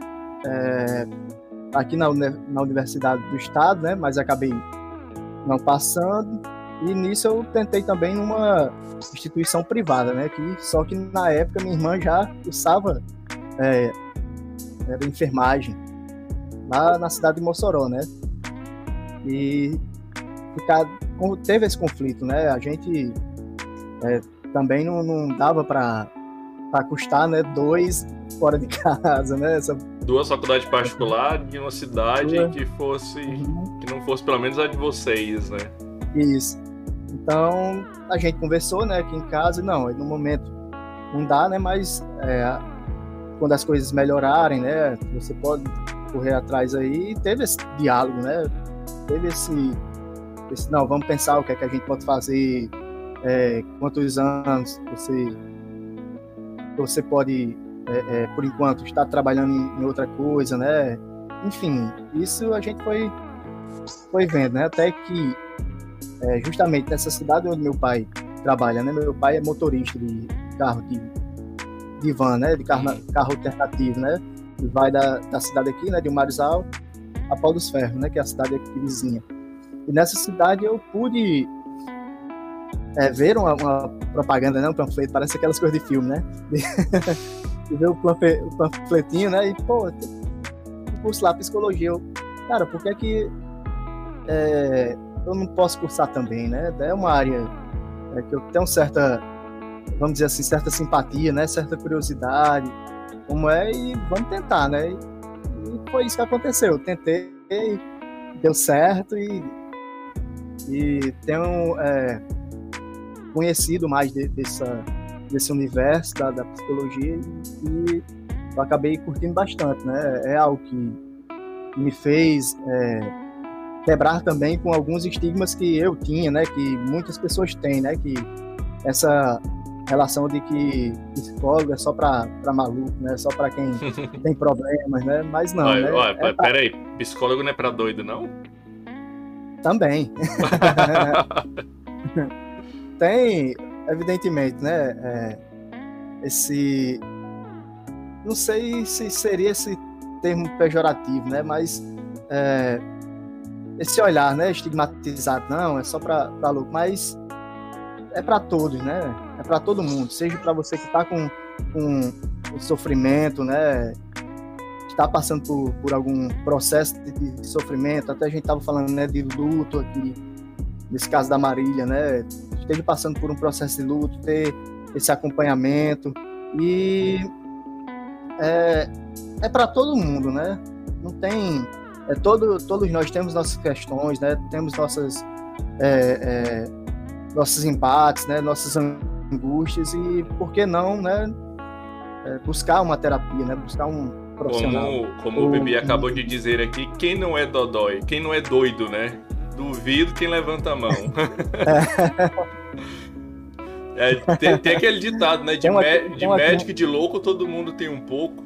aqui na Universidade do Estado, né? Mas acabei não passando. E nisso eu tentei também numa instituição privada, né? Só que na época minha irmã já cursava era enfermagem lá na cidade de Mossoró, né? E teve esse conflito, né? A gente também não dava para custar, né? 2 fora de casa, né? 2 faculdades particulares de uma cidade que não fosse pelo menos a de vocês, né? Isso. Então a gente conversou, né? Aqui em casa, não, no momento não dá, né? Mas quando as coisas melhorarem, né? Você pode correr atrás aí. E teve esse diálogo, né? Teve esse não, vamos pensar o que é que a gente pode fazer, quantos anos você pode, por enquanto, estar trabalhando em outra coisa, né? Enfim, isso a gente foi vendo, né? Até que, justamente nessa cidade onde meu pai trabalha, né? Meu pai é motorista de carro de van, né? De carro alternativo, né? E vai da cidade aqui, né? De Marizal a Pau dos Ferros, né? Que é a cidade aqui vizinha. E nessa cidade eu pude ver uma propaganda, né? Um panfleto, parece aquelas coisas de filme, né? E ver o panfletinho, né? E, pô, curso lá, psicologia. Cara, por que eu não posso cursar também, né? É uma área que eu tenho certa, vamos dizer assim, certa simpatia, né? Certa curiosidade, como e vamos tentar, né? E foi isso que aconteceu. Eu tentei, deu certo e tenho conhecido mais desse universo da psicologia e eu acabei curtindo bastante, né? É algo que me fez quebrar também com alguns estigmas que eu tinha, né? Que muitas pessoas têm, né? Que essa relação de que psicólogo é só para maluco, né? Só para quem tem problemas, né? Mas não, né? Peraí, psicólogo não é para doido, não? Também. Tem, evidentemente, né? Não sei se seria esse termo pejorativo, né? Mas esse olhar, né? Estigmatizado, não, é só para louco, mas é para todos, né? É para todo mundo, seja para você que está com sofrimento, né? Está passando por algum processo de sofrimento, até a gente estava falando, né, de luto aqui, nesse caso da Marília, né? Esteja passando por um processo de luto, ter esse acompanhamento e é para todo mundo, né? Não tem, todos nós temos nossas questões, né? Temos nossos embates, né? Nossas angústias e por que não, né? Buscar uma terapia, né? Buscar um profissional. Como o Bibi acabou de dizer aqui, quem não é dodói, quem não é doido, né? Duvido quem levanta a mão. Tem aquele ditado, né? De médico e de louco todo mundo tem um pouco.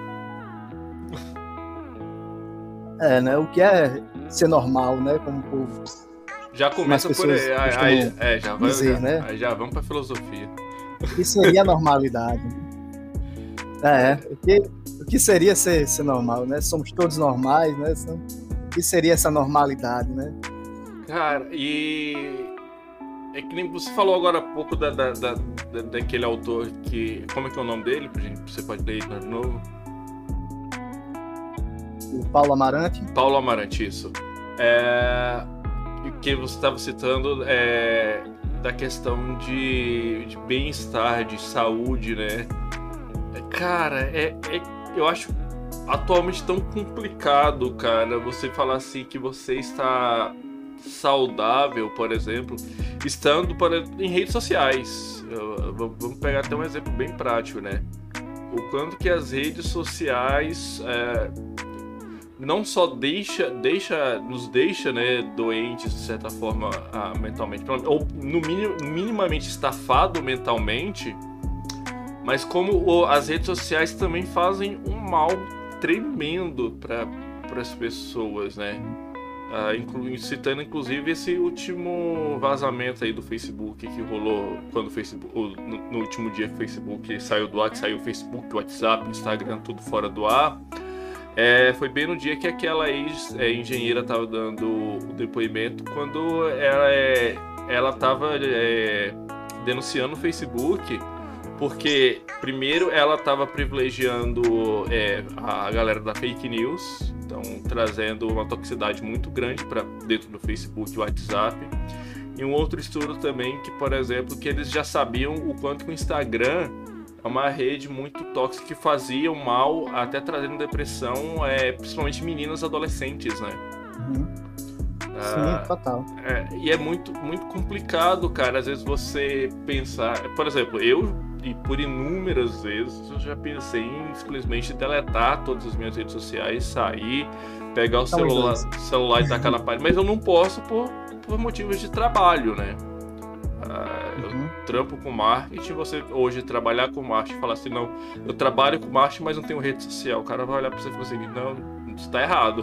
Né? O que é ser normal, né? Como o povo. Já começa por aí. Né? Aí já vamos pra filosofia. O que seria a normalidade? O que seria ser normal, né? Somos todos normais, né? O que seria essa normalidade, né? Cara, e é que nem você falou agora há pouco daquele autor que... Como é que é o nome dele? Você pode ler de novo? O Paulo Amarante. Paulo Amarante, isso. Que você estava citando da questão de bem-estar, de saúde, né? Cara, eu acho atualmente tão complicado, cara, você falar assim que você está saudável, por exemplo, estando em redes sociais. Vamos pegar até um exemplo bem prático, né? O quanto que as redes sociais não só nos deixa, né, doentes de certa forma, mentalmente, ou minimamente estafado mentalmente, mas como as redes sociais também fazem um mal tremendo para as pessoas, né? Citando inclusive esse último vazamento aí do Facebook que rolou quando o Facebook, no último dia que o Facebook saiu do ar, que saiu o Facebook, o WhatsApp, o Instagram, tudo fora do ar. Foi bem no dia que aquela ex-engenheira estava dando o depoimento, quando ela estava denunciando o Facebook, porque primeiro ela estava privilegiando a galera da fake news, então trazendo uma toxicidade muito grande para dentro do Facebook e WhatsApp. E um outro estudo também que, por exemplo, que eles já sabiam o quanto que o Instagram é uma rede muito tóxica que fazia mal, até trazendo depressão, principalmente meninas adolescentes, né? Sim, total. E é muito, muito complicado, cara, às vezes você pensar... Por exemplo, e por inúmeras vezes, eu já pensei em simplesmente deletar todas as minhas redes sociais, sair, pegar o celular e tacar na parede, mas eu não posso por motivos de trabalho, né? Eu trampo com marketing, você hoje trabalhar com marketing e falar assim, não, eu trabalho com marketing, mas não tenho rede social. O cara vai olhar pra você e falar assim, não, isso tá errado.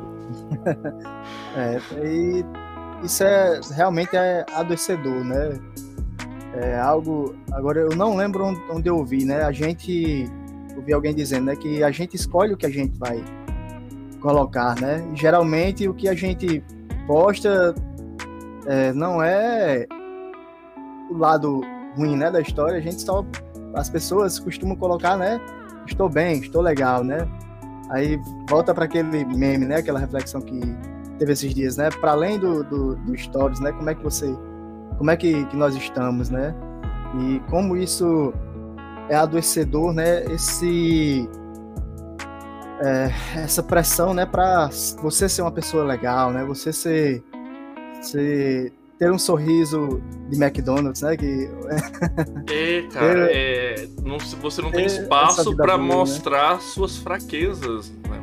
E isso realmente é adoecedor, né? É algo... Agora, eu não lembro onde eu ouvi, né? Ouvi alguém dizendo, né, que a gente escolhe o que a gente vai colocar, né? E, geralmente, o que a gente posta não é o lado ruim, né, da história. As pessoas costumam colocar, né, estou bem, estou legal, né? Aí volta para aquele meme, né, aquela reflexão que teve esses dias, né? Para além do stories, né? Como é que nós estamos, né? E como isso é adoecedor, né? Essa pressão, né, para você ser uma pessoa legal, né? Você ter um sorriso de McDonald's, né? Cara, você não tem espaço para mostrar suas fraquezas, né?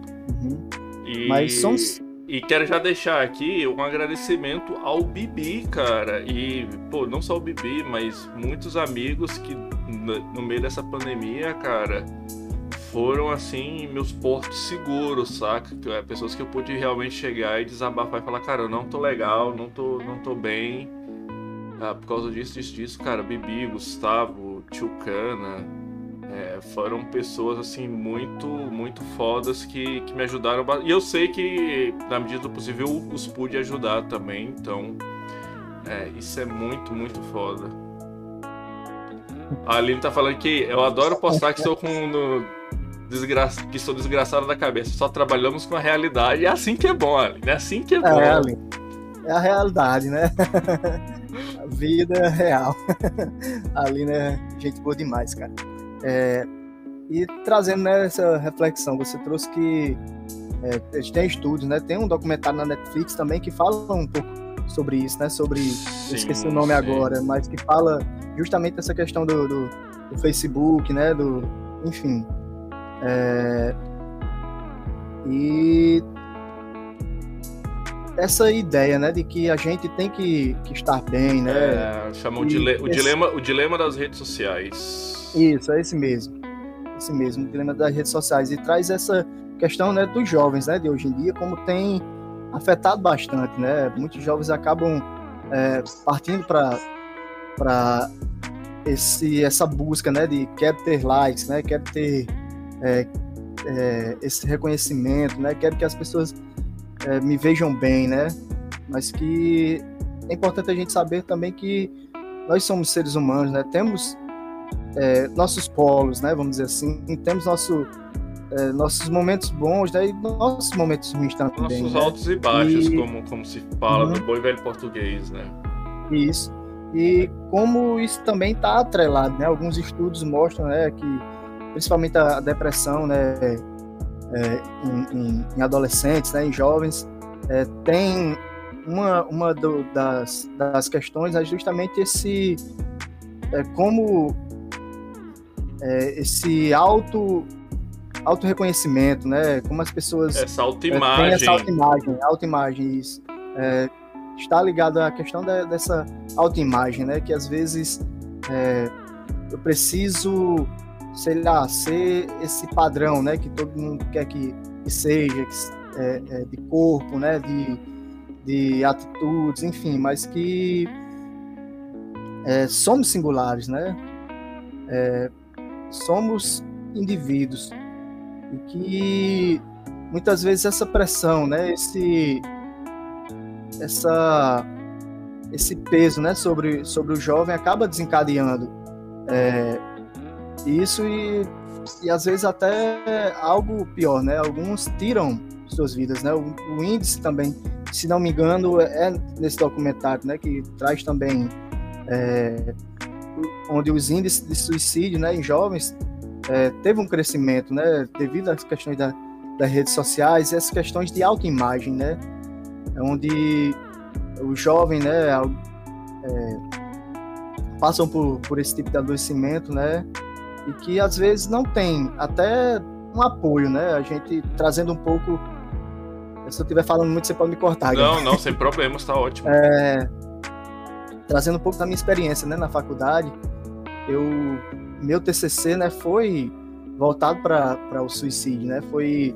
E quero já deixar aqui um agradecimento ao Bibi, cara. E, não só o Bibi, mas muitos amigos que no meio dessa pandemia, cara, foram, assim, meus portos seguros, saca? Pessoas que eu pude realmente chegar e desabafar e falar, cara, eu não tô legal, não tô bem. Por causa disso, cara, Bibi, Gustavo, Tio Cana, foram pessoas, assim, muito, muito fodas que me ajudaram. E eu sei que, na medida do possível, eu os pude ajudar também, então, isso é muito, muito foda. A Aline tá falando que eu adoro postar que estou que sou desgraçado da cabeça. Só trabalhamos com a realidade. É assim que é bom, Aline. É assim que é bom. Aline. É a realidade, né? A vida é real. A Aline é gente boa demais, cara. E trazendo, né, essa reflexão, você trouxe que tem estudos, né? Tem um documentário na Netflix também que fala um pouco sobre isso, né? Eu esqueci o nome agora, mas que fala justamente essa questão do Facebook, né? Enfim. E essa ideia, né, de que a gente tem que estar bem, né? Chamam o dilema das redes sociais. Isso, é esse mesmo, o dilema das redes sociais, e traz essa questão, né, dos jovens, né, de hoje em dia, como tem afetado bastante, né? Muitos jovens acabam partindo para essa busca, né, de quero ter likes, né, quero ter esse reconhecimento, né, quero que as pessoas me vejam bem, né? Mas que é importante a gente saber também que nós somos seres humanos, né? Temos nossos polos, né? Vamos dizer assim, temos nossos momentos bons, né? E nossos momentos ruins também. Nossos né? altos e baixos, como se fala no bom e velho português, né? Isso. E como isso também está atrelado, né? Alguns estudos mostram, né, que principalmente a depressão, né, em adolescentes, né, em jovens, tem uma das questões é justamente como esse autorreconhecimento, né? Como as pessoas essa têm essa autoimagem. autoimagem, isso. Está ligado à questão dessa autoimagem, né? Que às vezes eu preciso, sei lá, ser esse padrão, né? Que todo mundo quer que seja, de corpo, né? De atitudes, enfim, mas que somos singulares, né? Somos indivíduos e que muitas vezes essa pressão, né? Esse peso, né? Sobre o jovem acaba desencadeando isso e às vezes até algo pior, né? Alguns tiram suas vidas, né? O índice também, se não me engano, nesse documentário, né? Que traz também onde os índices de suicídio, né, em jovens teve um crescimento, né, devido às questões das redes sociais e as questões de autoimagem, né, onde o jovem, né, passam por esse tipo de adoecimento, né, e que às vezes não tem até um apoio, né, a gente trazendo um pouco, se eu estiver falando muito você pode me cortar. Não, sem problemas, tá ótimo. Trazendo um pouco da minha experiência, né, na faculdade, meu TCC, né, foi voltado para o suicídio, né, foi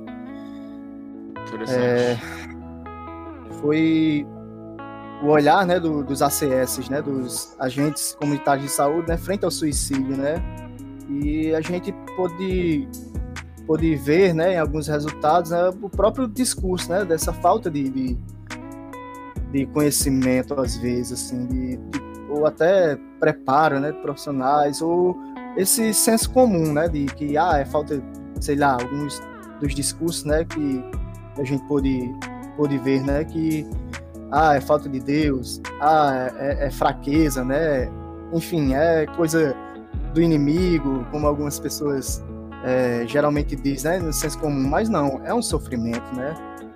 o olhar, né, dos ACS, né, dos agentes comunitários de saúde, né, frente ao suicídio, né, e a gente pôde ver, né, em alguns resultados, né, o próprio discurso, né, dessa falta de conhecimento, às vezes, assim, ou até preparo, né, de profissionais, ou esse senso comum, né, de que, é falta, sei lá, alguns dos discursos, né, que a gente pôde ver, né, que, é falta de Deus, é fraqueza, né, enfim, é coisa do inimigo, como algumas pessoas geralmente dizem, né, no senso comum, mas não, é um sofrimento, né,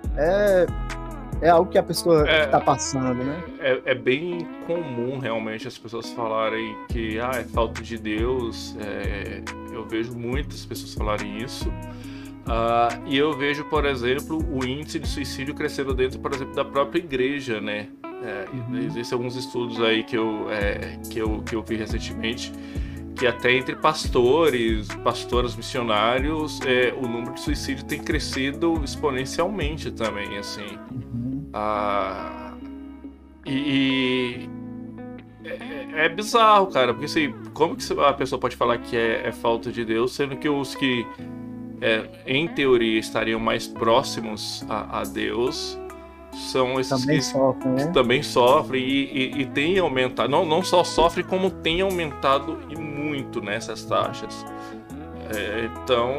é algo que a pessoa está passando, né? É bem comum, realmente, as pessoas falarem que é falta de Deus. Eu vejo muitas pessoas falarem isso. E eu vejo, por exemplo, o índice de suicídio crescendo dentro, por exemplo, da própria igreja, né? Existem alguns estudos aí que eu vi recentemente, que até entre pastoras missionários, o número de suicídio tem crescido exponencialmente também, assim. É bizarro, cara, porque assim, como que a pessoa pode falar que é falta de Deus, sendo que os que, em teoria, estariam mais próximos a Deus são esses também sofrem, né? Que também sofrem e tem aumentado, não só sofre, como tem aumentado e muito nessas taxas. Então,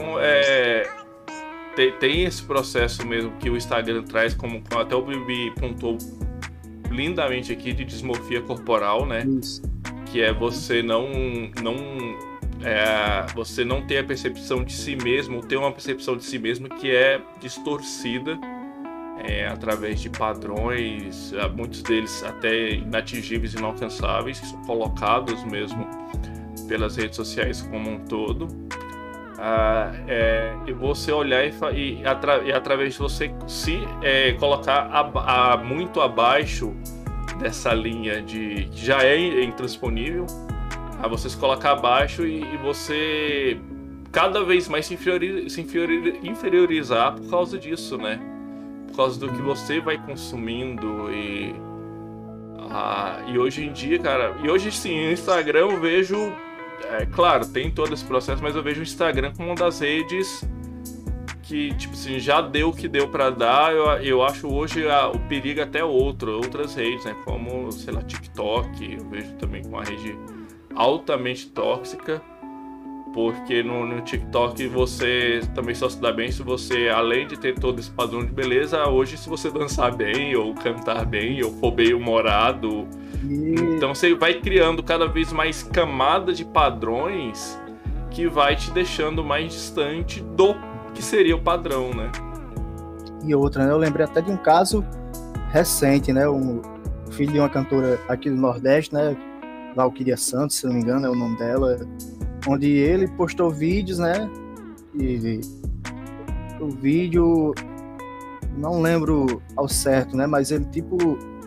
tem esse processo mesmo que o Instagram traz, como até o Bibi pontuou lindamente aqui, de dismorfia corporal, né? Isso. Que é você você não ter a percepção de si mesmo, ou ter uma percepção de si mesmo que é distorcida através de padrões, muitos deles até inatingíveis e inalcançáveis, que são colocados mesmo pelas redes sociais como um todo. E você olhar e através de você se colocar muito abaixo dessa linha que já é intransponível, você se colocar abaixo e você cada vez mais se inferiorizar por causa disso, né? Por causa do que você vai consumindo e hoje em dia, cara, sim, no Instagram eu vejo, claro, tem todo esse processo, mas eu vejo o Instagram como uma das redes que, tipo assim, já deu o que deu pra dar. Eu acho hoje o perigo até outras redes, né, como, sei lá, TikTok, eu vejo também como uma rede altamente tóxica, porque no TikTok você também só se dá bem se você, além de ter todo esse padrão de beleza, hoje se você dançar bem, ou cantar bem, ou for bem humorado. Então você vai criando cada vez mais camadas de padrões que vai te deixando mais distante do que seria o padrão, né? E outra, né? Eu lembrei até de um caso recente, né? O filho de uma cantora aqui do Nordeste, né? Valquíria Santos, se não me engano, é o nome dela, onde ele postou vídeos, né? E o vídeo, não lembro ao certo, né? Mas ele, tipo,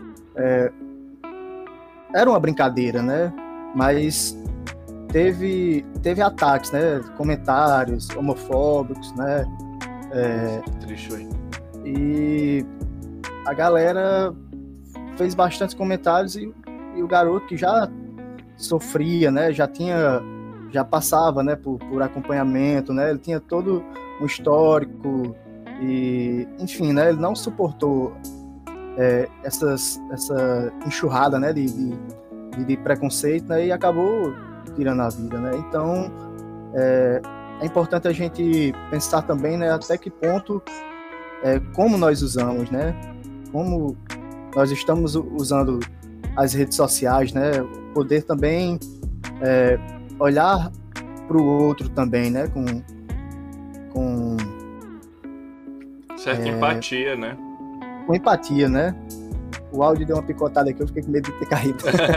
era uma brincadeira, né? Mas teve ataques, né? Comentários homofóbicos, né? Triste, hein? E a galera fez bastantes comentários e o garoto que já sofria, né? Já passava, né? Por acompanhamento, né? Ele tinha todo um histórico e, enfim, né? Ele não suportou essa enxurrada, né? De preconceito, né? E acabou tirando a vida, né? Então é importante a gente pensar também, né? Até que ponto como nós usamos, né? Como nós estamos usando as redes sociais, né? Poder também olhar para o outro também, né? Com certa empatia, né? Com empatia, né? O áudio deu uma picotada aqui, eu fiquei com medo de ter caído.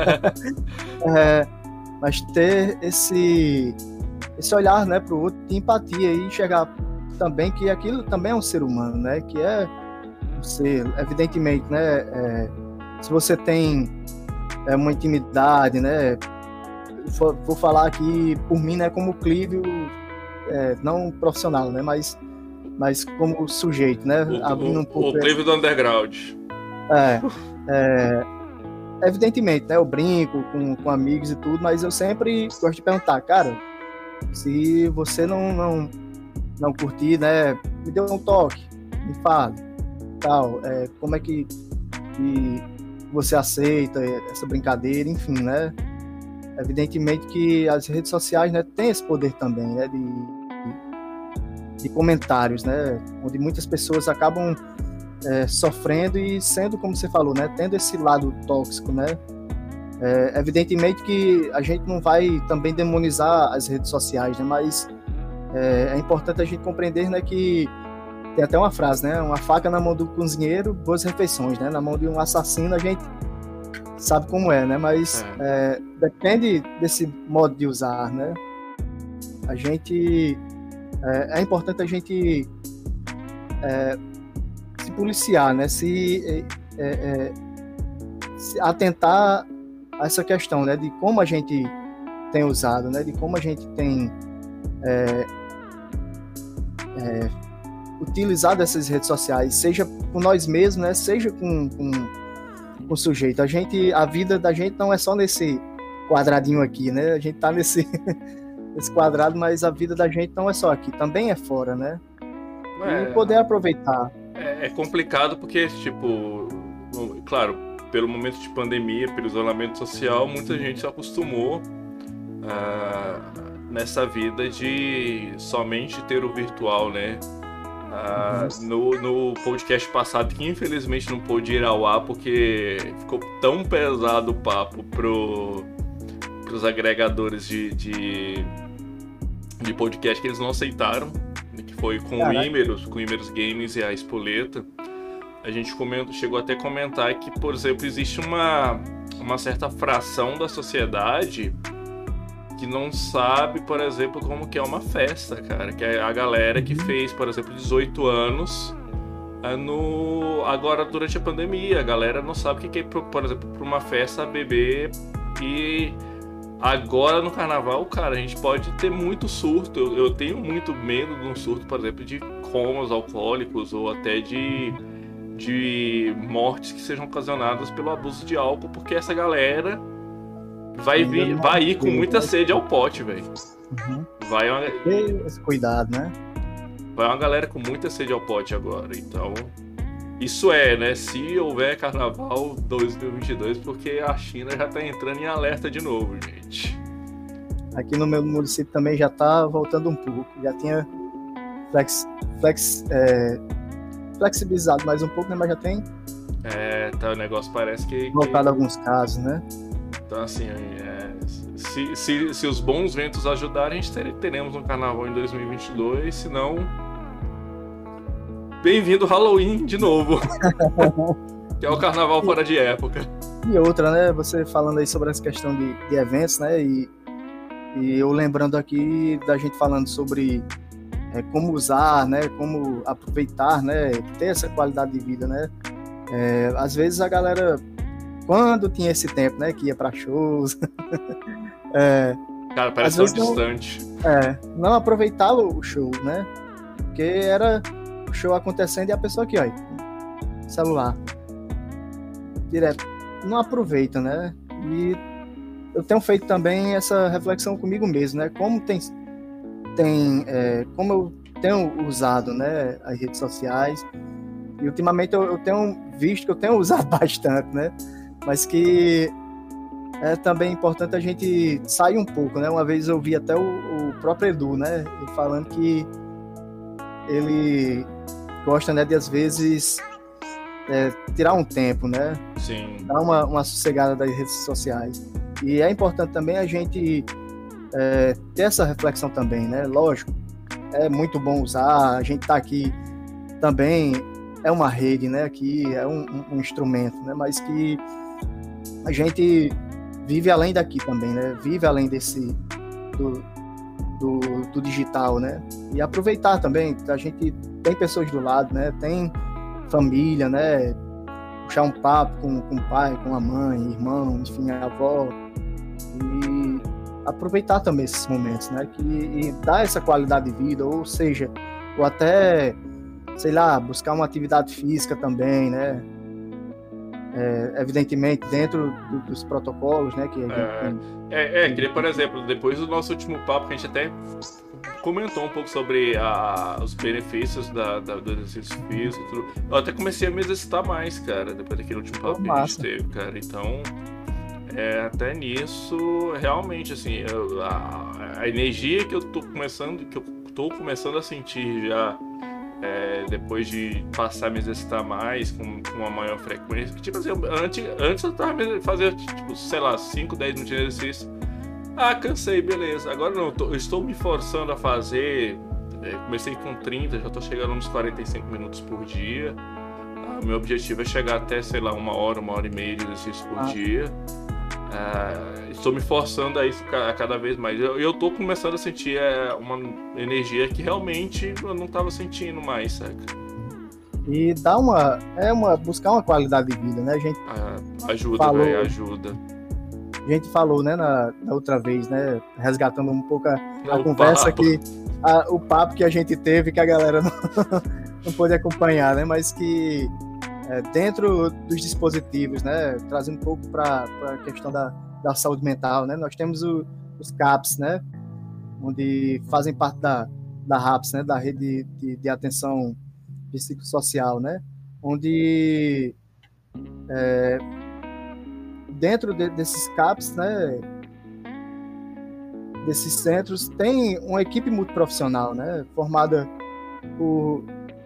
Mas ter esse olhar, né, para o outro de empatia e chegar também que aquilo também é um ser humano, né? Que é um ser, evidentemente, né? Se você tem uma intimidade, né? Vou falar aqui por mim, né? Como Clívio, não profissional, né? Mas como sujeito, né? Abrindo um pouco. O Clívio do underground. Evidentemente, né? Eu brinco com amigos e tudo, mas eu sempre gosto de perguntar, cara, se você não curtir, né? Me dê um toque, me fale, tal. Como é que você aceita essa brincadeira, enfim, né? Evidentemente que as redes sociais, né, têm esse poder também, né, de comentários, né, onde muitas pessoas acabam sofrendo e sendo, como você falou, né, tendo esse lado tóxico, né. Evidentemente que a gente não vai também demonizar as redes sociais, né, mas é importante a gente compreender, né, que tem até uma frase, né, uma faca na mão do cozinheiro, boas refeições, né, na mão de um assassino a gente sabe como é, né? Mas depende desse modo de usar, né? A gente é importante a gente se policiar, né? Se atentar a essa questão, né? De como a gente tem usado, né? De como a gente tem utilizado essas redes sociais, seja por nós mesmos, né? Seja com o sujeito. A vida da gente não é só nesse quadradinho aqui, né? A gente tá nesse quadrado, mas a vida da gente não é só aqui, também é fora, né? E poder aproveitar. É complicado porque, tipo, claro, pelo momento de pandemia, pelo isolamento social, muita gente se acostumou nessa vida de somente ter o virtual, né? No podcast passado, que infelizmente não pôde ir ao ar porque ficou tão pesado o papo pros agregadores de podcast que eles não aceitaram, que foi com o Imerus Games e a Espoleta. A gente chegou até a comentar que, por exemplo, existe uma certa fração da sociedade que não sabe, por exemplo, como que é uma festa, cara. Que é a galera que fez, por exemplo, 18 anos agora durante a pandemia. A galera não sabe o que é, por exemplo, para uma festa beber. E agora no carnaval, cara, a gente pode ter muito surto. Eu tenho muito medo de um surto, por exemplo, de comas alcoólicos ou até de mortes que sejam ocasionadas pelo abuso de álcool, porque essa galera vai ir com muita sede ao pote, velho. Esse cuidado, né? Vai uma galera com muita sede ao pote agora. Então, isso né? Se houver carnaval 2022, porque a China já tá entrando em alerta de novo, gente. Aqui no meu município também já tá voltando um pouco. Já tinha flexibilizado mais um pouco, né? Mas já tem. O negócio parece que voltado a alguns casos, né? Então, assim, se os bons ventos ajudarem, a gente teremos um carnaval em 2022, se não, bem-vindo Halloween de novo, que é o carnaval fora de época. E outra, né, você falando aí sobre essa questão de eventos, né, e eu lembrando aqui da gente falando sobre como usar, né, como aproveitar, né, ter essa qualidade de vida, né. Às vezes a galera, quando tinha esse tempo, né, que ia para shows, Cara, parece tão distante. Não aproveitava o show, né, porque era o show acontecendo e a pessoa aqui, ó, celular, direto, não aproveita, né. E eu tenho feito também essa reflexão comigo mesmo, né, como como eu tenho usado, né, as redes sociais, e ultimamente eu tenho visto que eu tenho usado bastante, né, mas que é também importante a gente sair um pouco, né. Uma vez eu vi até o próprio Edu, né, ele falando que ele gosta, né, de às vezes tirar um tempo, né, Sim. dar uma sossegada das redes sociais. E é importante também a gente ter essa reflexão também, né? Lógico, é muito bom usar, a gente tá aqui também, é uma rede, né? Aqui é um instrumento, né? Mas que a gente vive além daqui também, né? Vive além do digital, né? E aproveitar também, a gente tem pessoas do lado, né? Tem família, né? Puxar um papo com o pai, com a mãe, irmão, enfim, a avó, e aproveitar também esses momentos, né, e dar essa qualidade de vida, ou seja, ou até, sei lá, buscar uma atividade física também, né, evidentemente dentro dos protocolos, né, que a gente tem. Que, por exemplo, depois do nosso último papo, que a gente até comentou um pouco sobre os benefícios do exercício físico e tudo. Eu até comecei a me exercitar mais, cara, depois daquele último papo que a gente teve, cara. Então, até nisso, realmente, assim, a energia que eu tô começando a sentir já, depois de passar a me exercitar mais, com uma maior frequência. Tipo assim, antes eu tava fazendo, tipo, sei lá, 5, 10 minutos de exercício. Cansei, beleza. Agora não, eu estou me forçando a fazer. Comecei com 30, já estou chegando uns 45 minutos por dia. Meu objetivo é chegar até, sei lá, 1 hora e meia de exercício por dia. Estou me forçando a isso a cada vez mais. Eu estou começando a sentir uma energia que realmente eu não estava sentindo mais, saca? E dá buscar uma qualidade de vida, né? A gente ajuda, velho, ajuda. A gente falou, né, na outra vez, né, resgatando um pouco a conversa papo. O papo que a gente teve, que a galera não pôde acompanhar, né, mas que dentro dos dispositivos, né, trazendo um pouco para a questão da saúde mental, né, nós temos os CAPS, né, onde fazem parte da RAPS, né, da Rede de Atenção Psicossocial, né, onde dentro desses CAPs, né, desses centros, tem uma equipe multiprofissional, né, formada por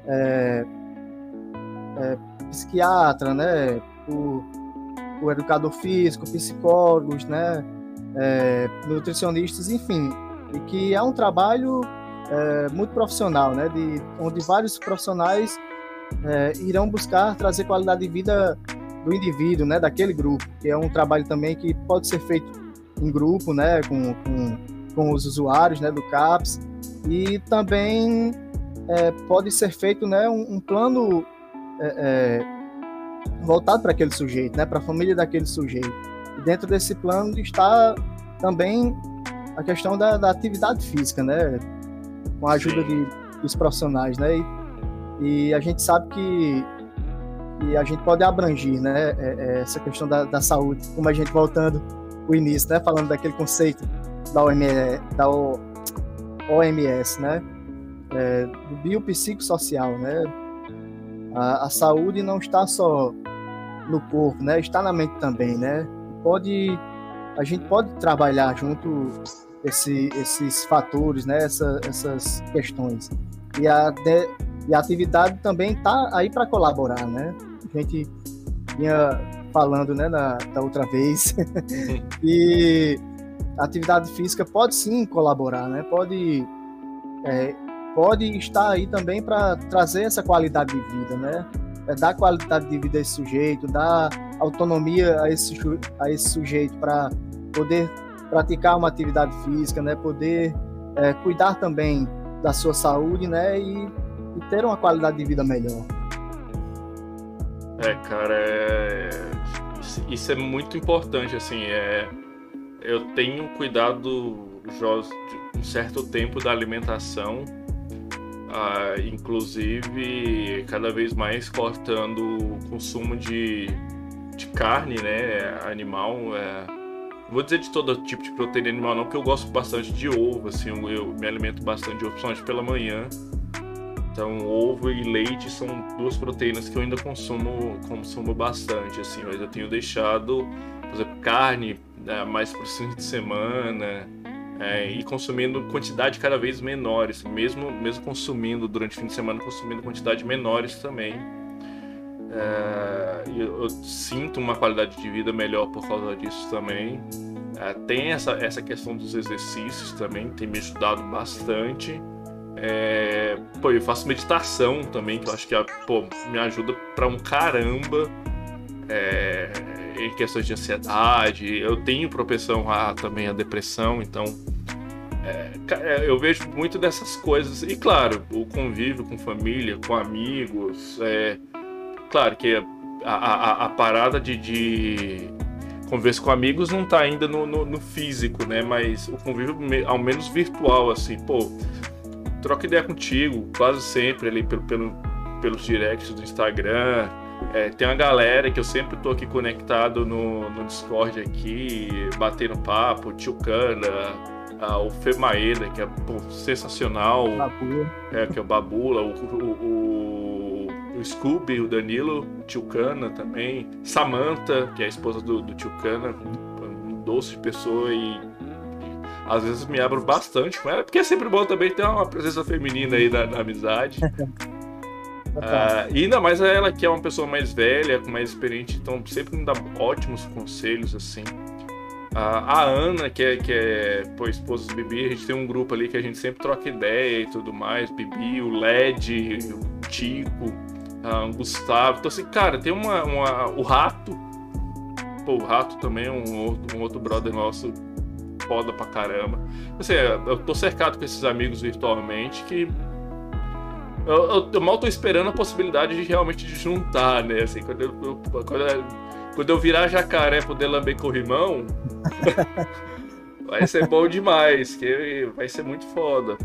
psiquiatra, né, por educador físico, psicólogos, né, nutricionistas, enfim, e que é um trabalho muito profissional, né, onde vários profissionais irão buscar trazer qualidade de vida do indivíduo, né, daquele grupo, que é um trabalho também que pode ser feito em grupo, né, com os usuários, né, do CAPS, e também pode ser feito, né, um plano voltado para aquele sujeito, né, para a família daquele sujeito. E dentro desse plano está também a questão da atividade física, né, com a ajuda dos profissionais, né, e a gente sabe que a gente pode abranger, né, essa questão da saúde, como a gente voltando o início, né, falando daquele conceito da OMS, né, do biopsicossocial, né, a saúde não está só no corpo, né, está na mente também, né, a gente pode trabalhar junto esses fatores, né, essas questões, e a atividade também está aí para colaborar, né? A gente vinha falando, né, da outra vez, e a atividade física pode sim colaborar, né? Pode estar aí também para trazer essa qualidade de vida, né? Dar qualidade de vida a esse sujeito, dar autonomia a esse sujeito para poder praticar uma atividade física, né? Poder cuidar também da sua saúde, né? E ter uma qualidade de vida melhor. Cara, isso é muito importante, assim, eu tenho cuidado já de um certo tempo da alimentação, inclusive cada vez mais cortando o consumo de carne, né, animal, vou dizer de todo tipo de proteína animal não, porque eu gosto bastante de ovo, assim, eu me alimento bastante de ovo, principalmente pela manhã. Então, ovo e leite são duas proteínas que eu ainda consumo bastante, assim, mas eu tenho deixado, por exemplo, carne, mais para o fim de semana, e consumindo quantidade cada vez menores, mesmo consumindo durante o fim de semana, consumindo quantidade menores também. Eu sinto uma qualidade de vida melhor por causa disso também. Tem essa questão dos exercícios também, tem me ajudado bastante. Eu faço meditação também, que eu acho que me ajuda pra um caramba em questões de ansiedade. Eu tenho propensão também à depressão, então eu vejo muito dessas coisas. E claro, o convívio com família, com amigos, claro que a parada de conversa com amigos não tá ainda no físico, né? Mas o convívio, ao menos virtual, assim, troca ideia contigo quase sempre ali pelos directs do Instagram. Tem uma galera que eu sempre tô aqui conectado no Discord aqui, batendo papo, o Tio Cana, o Fê Maeda, que é sensacional, que é o Babula, o Scooby, o Danilo, o Tio Cana também, Samantha, que é a esposa do Tio Cana, um doce de pessoa, e às vezes me abro bastante com ela, porque é sempre bom também ter uma presença feminina aí na amizade. E ainda mais ela, que é uma pessoa mais velha, mais experiente, então sempre me dá ótimos conselhos, assim. A Ana, que é esposa do Bibi, a gente tem um grupo ali que a gente sempre troca ideia e tudo mais. Bibi, o Led, o Tico, o Gustavo. Então, assim, cara, tem o Rato. O Rato também é um outro brother nosso, foda pra caramba. Assim, eu tô cercado com esses amigos virtualmente que eu mal tô esperando a possibilidade de realmente juntar, né? Assim, quando eu virar jacaré, poder lamber corrimão, vai ser bom demais, que vai ser muito foda.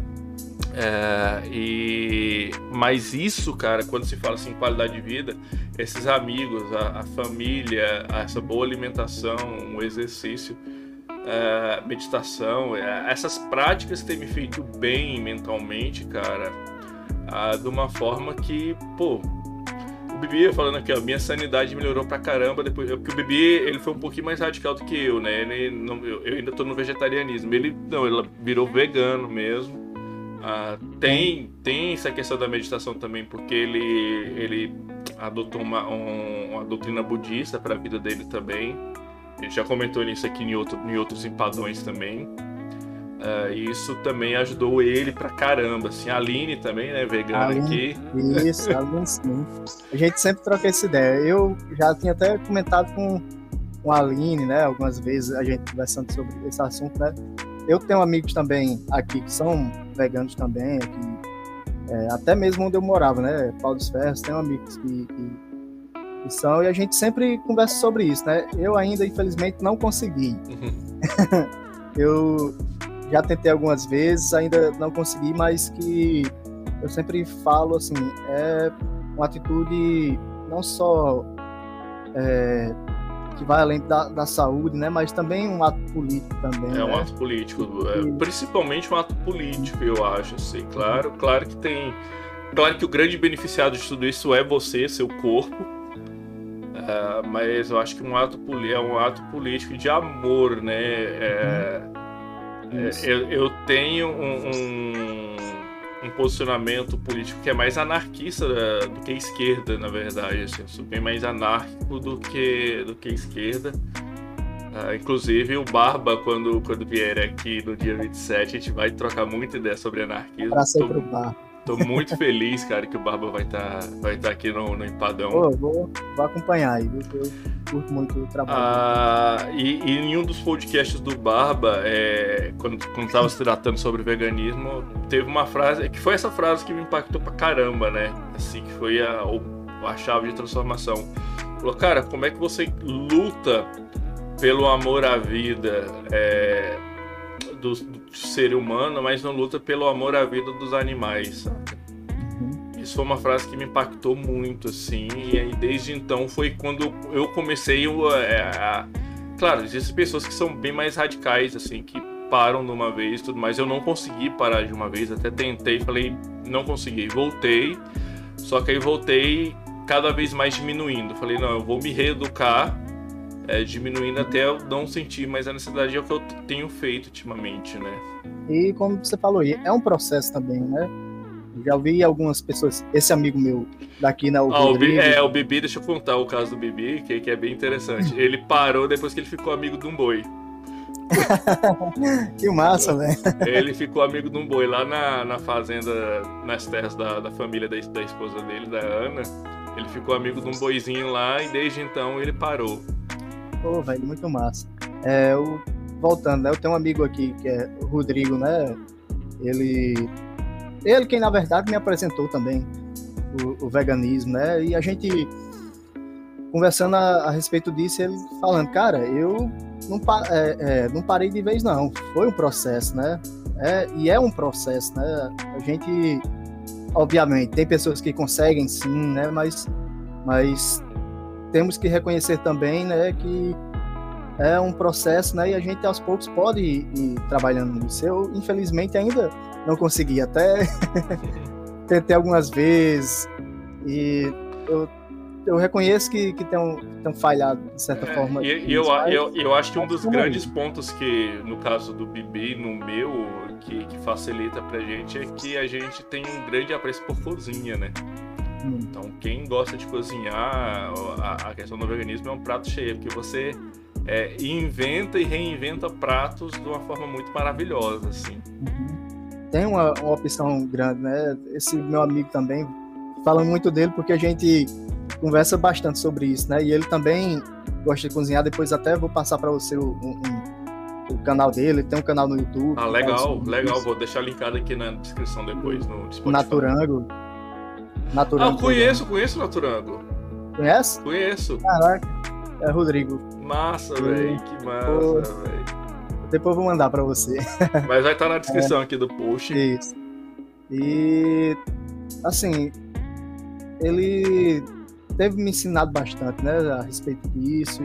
Mas isso, cara, quando se fala assim, qualidade de vida, esses amigos, a família, essa boa alimentação, o exercício, meditação, essas práticas têm me feito bem mentalmente, cara, de uma forma que, o Bibi falando aqui, minha sanidade melhorou pra caramba depois, porque o Bibi, ele foi um pouquinho mais radical do que eu, né? Eu ainda tô no vegetarianismo, ele virou vegano mesmo. Tem essa questão da meditação também, porque ele adotou uma doutrina budista para a vida dele também. A gente já comentou nisso aqui em outros empadões também. E isso também ajudou ele pra caramba, assim. A Aline também, né, vegana aqui. Isso, a Aline, sim. A gente sempre troca essa ideia. Eu já tinha até comentado com a Aline, né, algumas vezes a gente conversando sobre esse assunto, né. Eu tenho amigos também aqui que são veganos também, aqui, até mesmo onde eu morava, né, Pau dos Ferros, tenho amigos que são, e a gente sempre conversa sobre isso, né. Eu ainda, infelizmente, não consegui. Eu já tentei algumas vezes, ainda não consegui, mas que eu sempre falo, assim, é uma atitude não só que vai além da saúde, né, mas também um ato político também. Um ato político, principalmente um ato político, eu acho, assim, claro que o grande beneficiado de tudo isso é você, seu corpo, mas eu acho que é um ato político de amor, né, eu tenho um posicionamento político que é mais anarquista do que esquerda, na verdade. Assim, eu sou bem mais anárquico do que esquerda. Inclusive o Barba, quando vier aqui no dia 27, a gente vai trocar muita ideia sobre anarquismo. Abraço aí pro Barba. Tô muito feliz, cara, que o Barba vai tá aqui no Empadão. Vou acompanhar aí, viu? Eu curto muito o trabalho. E em um dos podcasts do Barba, quando tava se tratando sobre veganismo, teve uma frase, que foi essa frase que me impactou pra caramba, né? Assim, que foi a chave de transformação. Falou, cara, como é que você luta pelo amor à vida do ser humano, mas não luta pelo amor à vida dos animais, sabe? Isso foi uma frase que me impactou muito, assim, e aí desde então foi quando eu comecei Claro, existem pessoas que são bem mais radicais, assim, que param de uma vez e tudo mais. Eu não consegui parar de uma vez, até tentei, falei, não consegui. Voltei, só que aí voltei cada vez mais diminuindo. Falei, não, eu vou me reeducar, diminuindo até eu não sentir mais a necessidade, é o que eu tenho feito ultimamente, né? E como você falou aí, é um processo também, né? Já ouvi algumas pessoas, esse amigo meu daqui, né, o Bibi, deixa eu contar o caso do Bibi, que é bem interessante. Ele parou depois que ele ficou amigo de um boi. Que massa, velho. Ele ficou amigo de um boi lá na fazenda, nas terras da família da esposa dele, da Ana. Ele ficou amigo de um boizinho lá e desde então ele parou. Pô, velho, muito massa. Voltando, né, eu tenho um amigo aqui que é o Rodrigo, né? Ele quem na verdade me apresentou também o veganismo, né? E a gente conversando a respeito disso, ele falando, cara, eu não parei de vez não, foi um processo, né? E é um processo, né? A gente, obviamente, tem pessoas que conseguem sim, né? Mas temos que reconhecer também, né, que é um processo, né? E a gente aos poucos pode ir trabalhando nisso. Eu, infelizmente, ainda não consegui, até tentei algumas vezes e eu reconheço que tem falhado de certa forma. Eu acho que um dos grandes pontos que, no caso do Bibi, no meu, que facilita pra gente é que a gente tem um grande apreço por cozinha, né? Então, quem gosta de cozinhar, a questão do veganismo é um prato cheio, porque você inventa e reinventa pratos de uma forma muito maravilhosa, assim. Tem uma opção grande, né? Esse meu amigo também, fala muito dele porque a gente conversa bastante sobre isso, né? E ele também gosta de cozinhar. Depois até vou passar para você o canal dele. Ele tem um canal no YouTube. Ah, legal. Vou deixar linkado aqui na descrição depois no Spotify. Naturango. Conheço o Naturango. Conhece? Conheço. Caraca, é Rodrigo. Massa, velho. Que massa, velho. Depois eu vou mandar pra você. Mas vai estar na descrição aqui do post. Isso. E, assim, ele teve me ensinado bastante, né, a respeito disso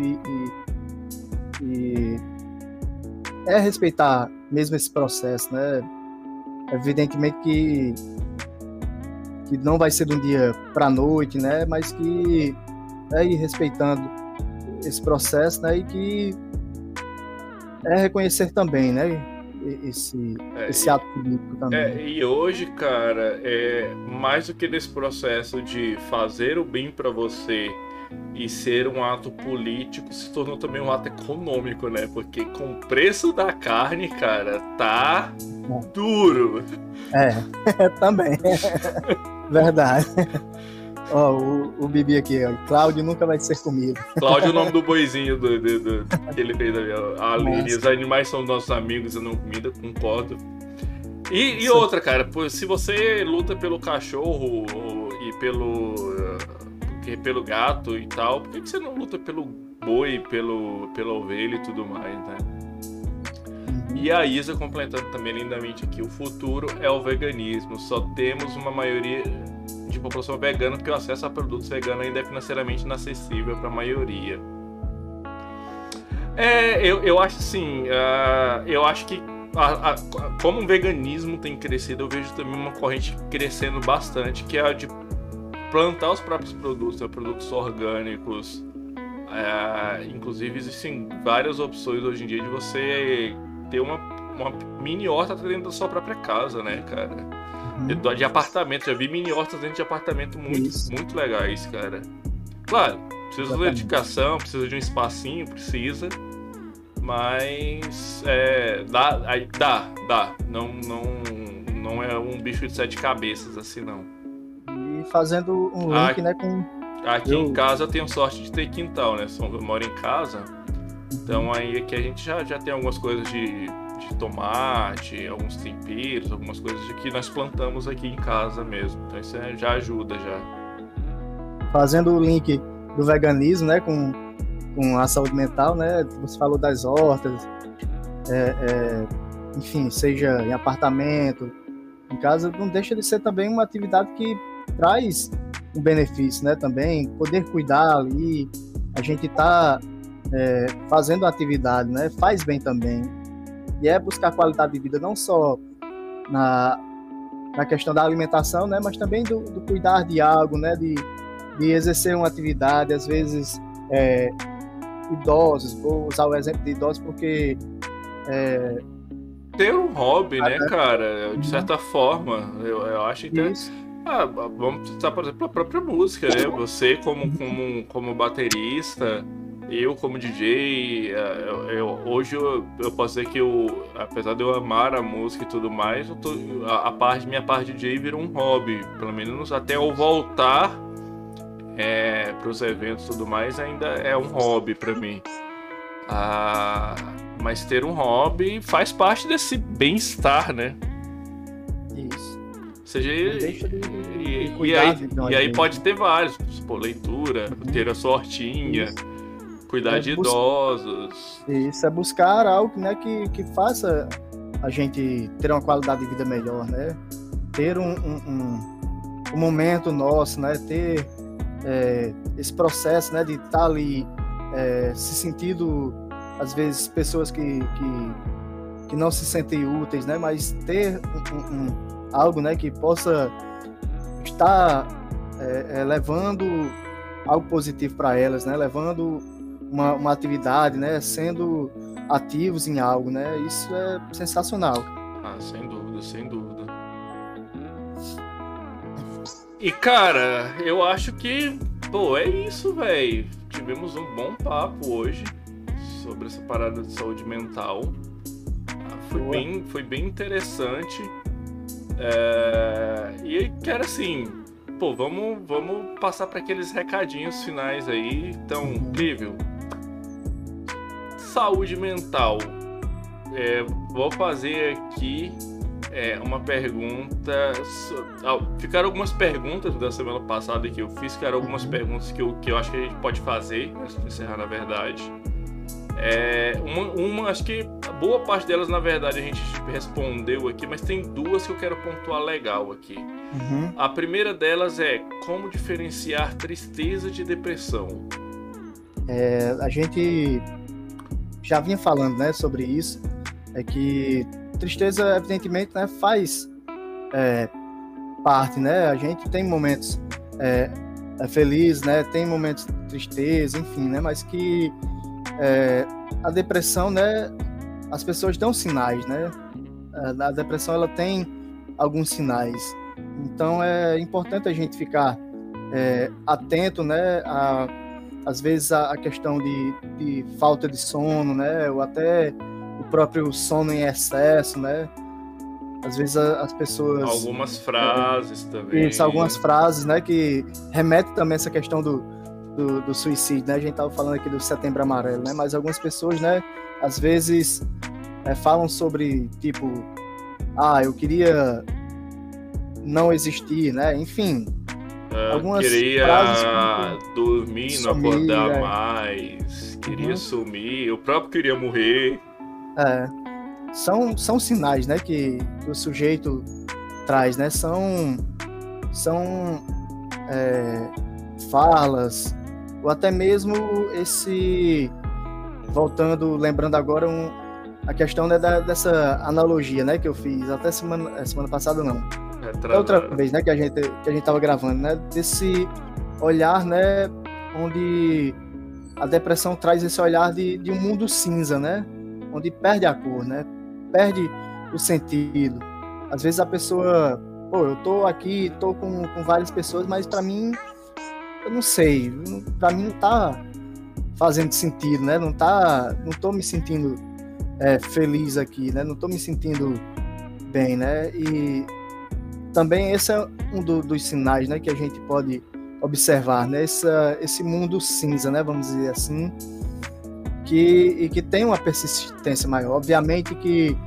e respeitar mesmo esse processo, né? Evidentemente que não vai ser de um dia pra noite, né? Mas que ir respeitando esse processo, né? E que reconhecer também, né, esse ato político também. E hoje, cara, mais do que nesse processo de fazer o bem para você e ser um ato político, se tornou também um ato econômico, né? Porque com o preço da carne, cara, tá duro. Também. Verdade. Ó, o Bibi aqui, ó. Cláudio nunca vai ser comido. Cláudio é o nome do boizinho que ele fez ali. A Aline. Os animais são nossos amigos, eu não comida, concordo. E outra, cara, se você luta pelo cachorro e pelo gato e tal, por que você não luta pelo boi, pela ovelha e tudo mais, né? E a Isa completando também lindamente aqui, o futuro é o veganismo. Só temos uma maioria de população vegana porque o acesso a produtos veganos ainda é financeiramente inacessível para a maioria. Eu acho assim, eu acho que como o veganismo tem crescido, eu vejo também uma corrente crescendo bastante, que é a de plantar os próprios produtos, produtos orgânicos. Inclusive existem várias opções hoje em dia de você ter uma mini horta dentro da sua própria casa, né, cara? De apartamento, já vi mini hortas dentro de apartamento muito legais, cara. Claro, precisa de dedicação, precisa de um espacinho, mas dá. não é um bicho de 7 cabeças, assim, não. E fazendo um link, né, com... Aqui em casa eu tenho sorte de ter quintal, né? Eu moro em casa, então aí aqui a gente já tem algumas coisas de tomate, alguns temperos, algumas coisas que nós plantamos aqui em casa mesmo. Então isso já ajuda, já. Fazendo o link do veganismo, né, com a saúde mental, né? Você falou das hortas, enfim, seja em apartamento, em casa, não deixa de ser também uma atividade que traz um benefício, né? Também poder cuidar ali, a gente tá fazendo atividade, né? Faz bem também. E é buscar qualidade de vida não só na questão da alimentação, né? Mas também do cuidar de algo, né? De exercer uma atividade, às vezes idosos, vou usar o exemplo de idosos porque ter um hobby, né, cara, de certa forma, eu acho que vamos citar, por exemplo, a própria música, né? Você como baterista, eu como DJ, hoje eu posso dizer que apesar de eu amar a música e tudo mais, minha parte de DJ virou um hobby, pelo menos até eu voltar para os eventos e tudo mais, ainda é um hobby para mim. Mas ter um hobby faz parte desse bem-estar, né? Isso. Ou seja, e aí pode ter vários, pô, leitura, ter a sua hortinha, cuidar de idosos. Isso, é buscar algo, né, que faça a gente ter uma qualidade de vida melhor, né? Ter um momento nosso, né? Ter esse processo, né, de estar ali se sentindo, às vezes, pessoas que não se sentem úteis, né, mas ter algo, né, que possa estar levando algo positivo para elas, né, levando uma atividade, né, sendo ativos em algo, né, isso é sensacional. Sem dúvida, sem dúvida. E, cara, eu acho que, pô, é isso, velho. Tivemos um bom papo hoje sobre essa parada de saúde mental. Foi bem interessante. E aí, quero assim, pô, vamos passar para aqueles recadinhos finais aí. Então, incrível. Saúde mental. Vou fazer aqui uma pergunta. Ficaram algumas perguntas da semana passada que eu fiz, ficaram algumas perguntas que eu acho que a gente pode fazer, antes de encerrar, na verdade. Acho que boa parte delas, na verdade, a gente respondeu aqui, mas tem duas que eu quero pontuar legal aqui. A primeira delas é como diferenciar tristeza de depressão. A gente já vinha falando, né, sobre isso, que tristeza, evidentemente, né, faz parte, né? A gente tem momentos felizes, né? Tem momentos de tristeza, enfim, né? Mas que a depressão, né? As pessoas dão sinais, né? A depressão, ela tem alguns sinais. Então, é importante a gente ficar atento, né? Às vezes, a questão de falta de sono, né? Ou até o próprio sono em excesso, né? Às vezes as pessoas... Algumas frases também. Isso, algumas frases, né? Que remetem também a essa questão do suicídio, né? A gente estava falando aqui do Setembro Amarelo, né? Mas algumas pessoas, né? Às vezes falam sobre, tipo... eu queria não existir, né? Enfim... algumas queria frases dormir, não acordar mais. Queria sumir. Eu próprio queria morrer. São sinais, né, que o sujeito traz, né? São falas, ou até mesmo lembrando agora a questão, né, dessa analogia, né, que eu fiz até semana passada, não. Outra vez, né, que a gente tava gravando, né, desse olhar, né, onde a depressão traz esse olhar de um mundo cinza, né, onde perde a cor, né, perde o sentido. Às vezes a pessoa, eu tô aqui, tô com várias pessoas, mas para mim, eu não sei, para mim não tá fazendo sentido, né, não tô me sentindo feliz aqui, né, não tô me sentindo bem, né, e também esse é um dos sinais, né, que a gente pode observar, né, esse mundo cinza, né, vamos dizer assim, que tem uma persistência maior. Obviamente que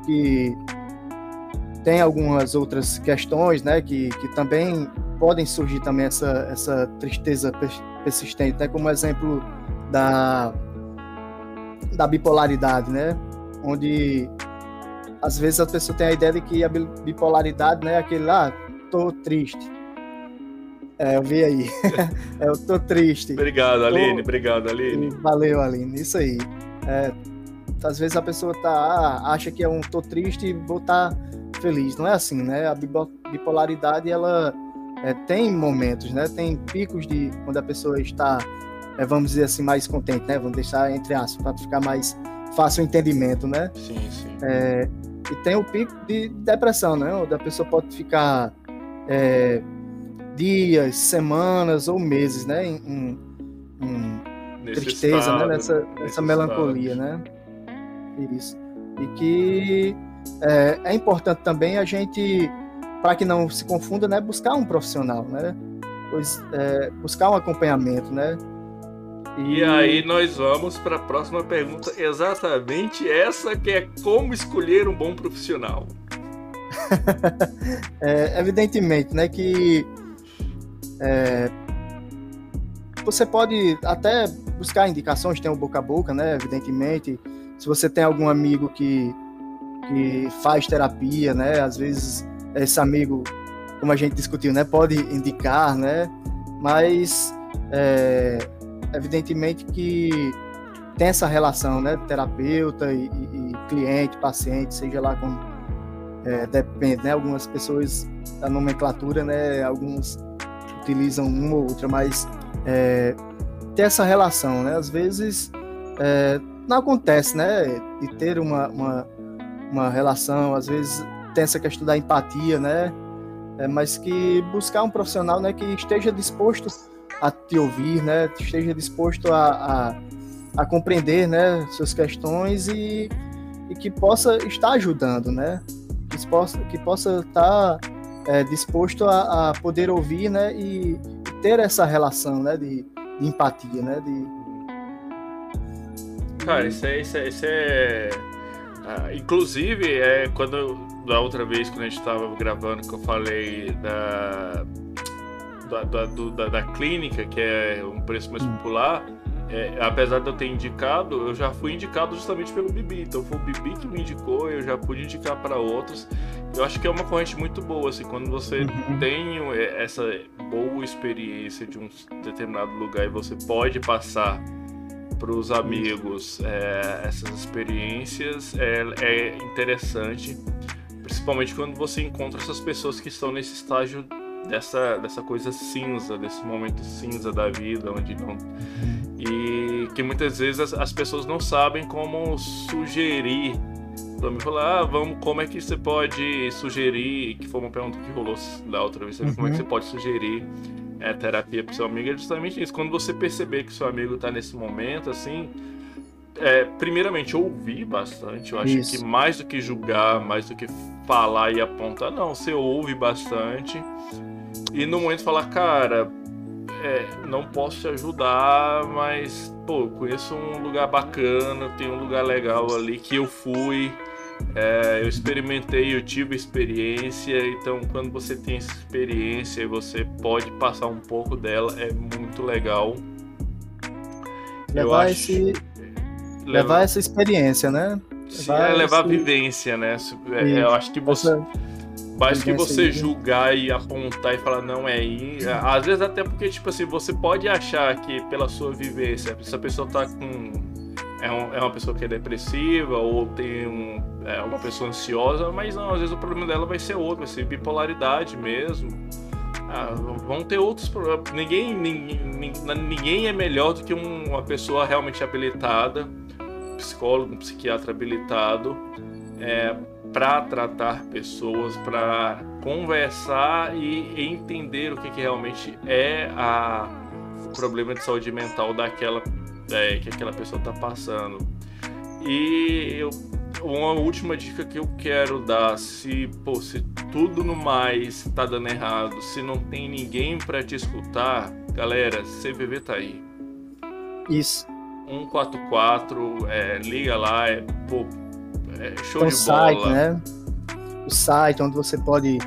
tem algumas outras questões, né, que também podem surgir também essa tristeza persistente, né, como exemplo da bipolaridade, né, onde às vezes a pessoa tem a ideia de que a bipolaridade, né, é aquele lá, tô triste. Eu vi aí. Eu tô triste. Obrigado, Aline. Obrigado, Aline. Valeu, Aline. Isso aí. Às vezes a pessoa acha que tô triste e vou estar feliz. Não é assim, né? A bipolaridade, ela tem momentos, né? Tem picos de quando a pessoa está, vamos dizer assim, mais contente, né? Vamos deixar entre aspas, para ficar mais fácil o entendimento, né? Sim, sim. E tem o pico de depressão, né? Onde a pessoa pode ficar dias, semanas ou meses, né? Em tristeza, estado, né? Nessa melancolia, né? Isso. E que é importante também a gente, para que não se confunda, né? Buscar um profissional, né? Buscar um acompanhamento, né? E aí nós vamos para a próxima pergunta, exatamente essa, que é como escolher um bom profissional. Evidentemente, né, que você pode até buscar indicações, tem o boca a boca, né, evidentemente. Se você tem algum amigo que faz terapia, né, às vezes esse amigo, como a gente discutiu, né, pode indicar, né, mas evidentemente que tem essa relação, né, terapeuta e cliente, paciente, seja lá como depende, né, algumas pessoas da nomenclatura, né, alguns utilizam uma ou outra, mas ter essa relação, né, às vezes não acontece, né, de ter uma relação, às vezes tem essa questão da empatia, né, mas que buscar um profissional, né, que esteja disposto a te ouvir, né, esteja disposto a compreender, né, suas questões e que possa estar ajudando, né, que possa estar disposto a poder ouvir, né, e ter essa relação, né, de empatia, né, Cara, isso é... inclusive, quando da outra vez, quando a gente estava gravando, que eu falei da clínica, que é um preço mais popular, apesar de eu ter indicado, eu já fui indicado justamente pelo Bibi. Então foi o Bibi que me indicou, eu já pude indicar para outros. Eu acho que é uma corrente muito boa, assim, quando você tem essa boa experiência de um determinado lugar e você pode passar para os amigos essas experiências, é interessante, principalmente quando você encontra essas pessoas que estão nesse estágio dessa coisa cinza, desse momento cinza da vida, onde não... E que muitas vezes as pessoas não sabem como sugerir. Então me falar, como é que você pode sugerir, que foi uma pergunta que rolou da outra vez, como é que você pode sugerir terapia para o seu amigo? É justamente isso, quando você perceber que seu amigo está nesse momento, assim, primeiramente ouvir bastante. Eu acho que mais do que julgar, mais do que falar e apontar, não, você ouve bastante e no momento falar, cara, não posso te ajudar, mas pô, conheço um lugar bacana, tem um lugar legal ali que eu fui, eu experimentei, eu tive experiência. Então quando você tem essa experiência e você pode passar um pouco dela, é muito legal. Levar essa experiência, né? Levar a vivência, né? Eu acho que você... Mais que você julgar e apontar e falar, não é aí. Às vezes até porque, tipo assim, você pode achar que pela sua vivência, se a pessoa tá com... É uma pessoa que é depressiva ou tem uma pessoa ansiosa, mas não, às vezes o problema dela vai ser outro, vai ser bipolaridade mesmo. Vão ter outros problemas. Ninguém é melhor do que uma pessoa realmente habilitada, um psicólogo, um psiquiatra habilitado, para tratar pessoas, para conversar e entender o que realmente é o problema de saúde mental que aquela pessoa está passando. E uma última dica que eu quero dar, se tudo no mais tá dando errado, se não tem ninguém para te escutar, galera, CVV tá aí. Isso. 144, liga lá, show Tem de o site, bola. né? O site onde você pode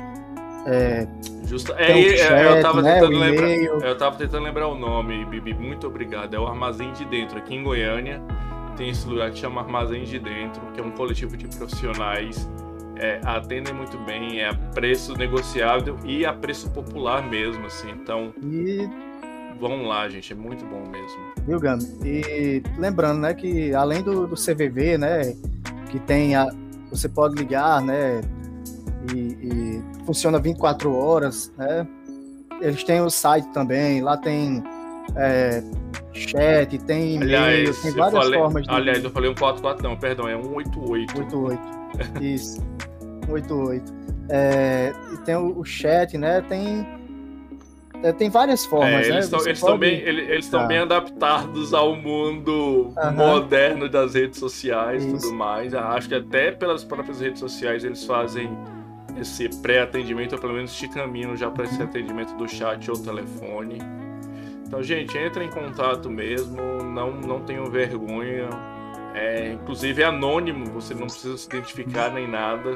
eu tava né, tentando o lembrar. e-mail. Eu tava tentando lembrar o nome, Bibi. Muito obrigado. É o Armazém de Dentro, aqui em Goiânia. Tem esse lugar que chama Armazém de Dentro, que é um coletivo de profissionais. Atendem muito bem, a preço negociável e a preço popular mesmo, assim. Então, vão lá, gente. É muito bom mesmo. Viu, Gami? E lembrando, né, que além do CVV, né, que tem você pode ligar, né, e funciona 24 horas, né? Eles têm o site também, lá tem chat, tem e-mail, tem várias formas de... Aliás, eu falei 144, não, perdão, é 188. 188, isso, 188. E tem o chat, né? Tem várias formas, né? Eles estão bem adaptados ao mundo moderno das redes sociais e tudo mais. Acho que até pelas próprias redes sociais eles fazem esse pré-atendimento, ou pelo menos te caminham já para esse atendimento do chat ou telefone. Então, gente, entra em contato mesmo, não tenham vergonha. Inclusive é anônimo, você não precisa se identificar nem nada.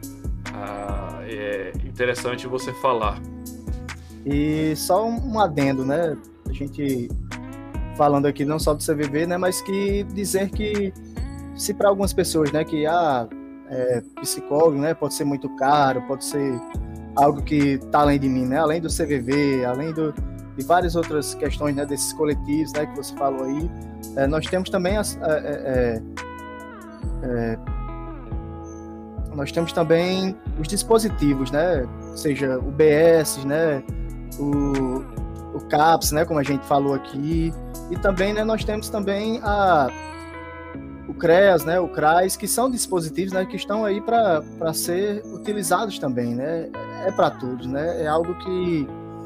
É interessante você falar. E só um adendo, né? A gente falando aqui não só do CVV, né? Mas que dizer que se para algumas pessoas, né? Que psicólogo, né? Pode ser muito caro, pode ser algo que está além de mim, né? Além do CVV, além de várias outras questões, né? Desses coletivos, né? Que você falou aí, nós temos também nós temos também os dispositivos, né? Seja o BS, né? O CAPS, né? Como a gente falou aqui, e também, né? Nós temos também o CREAS, né? O CRAS, que são dispositivos, né? Que estão aí para ser utilizados também, né? É para todos, né? É algo que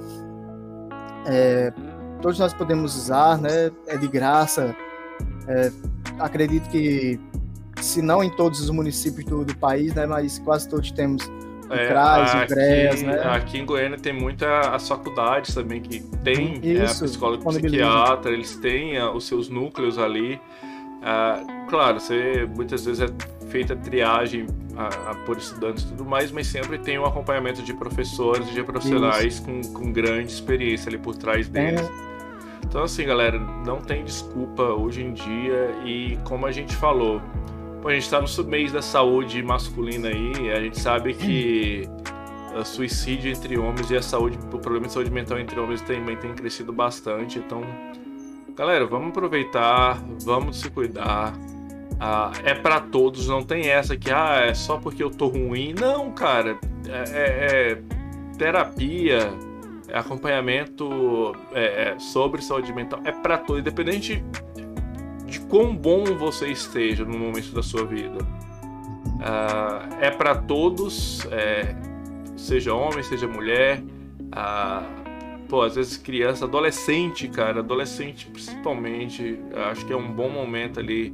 todos nós podemos usar, né? É de graça. Acredito que, se não em todos os municípios do país, né? Mas quase todos temos o CRAS, o CREAS, né? Aqui em Goiânia tem as faculdades também que tem psicólogo, psiquiatra, eles têm os seus núcleos ali. Claro, muitas vezes é feita a triagem por estudantes e tudo mais, mas sempre tem um acompanhamento de professores e de profissionais com grande experiência ali por trás deles. Então, assim, galera, não tem desculpa hoje em dia, e como a gente falou, a gente está no mês da saúde masculina aí, a gente sabe que o suicídio entre homens e o problema de saúde mental entre homens também tem crescido bastante. Então, galera, vamos aproveitar, vamos se cuidar. É para todos, não tem essa que é só porque eu tô ruim. Não, cara, terapia, acompanhamento sobre saúde mental é para todos, independente de quão bom você esteja no momento da sua vida. É para todos, seja homem, seja mulher. Às vezes criança, adolescente principalmente, acho que é um bom momento ali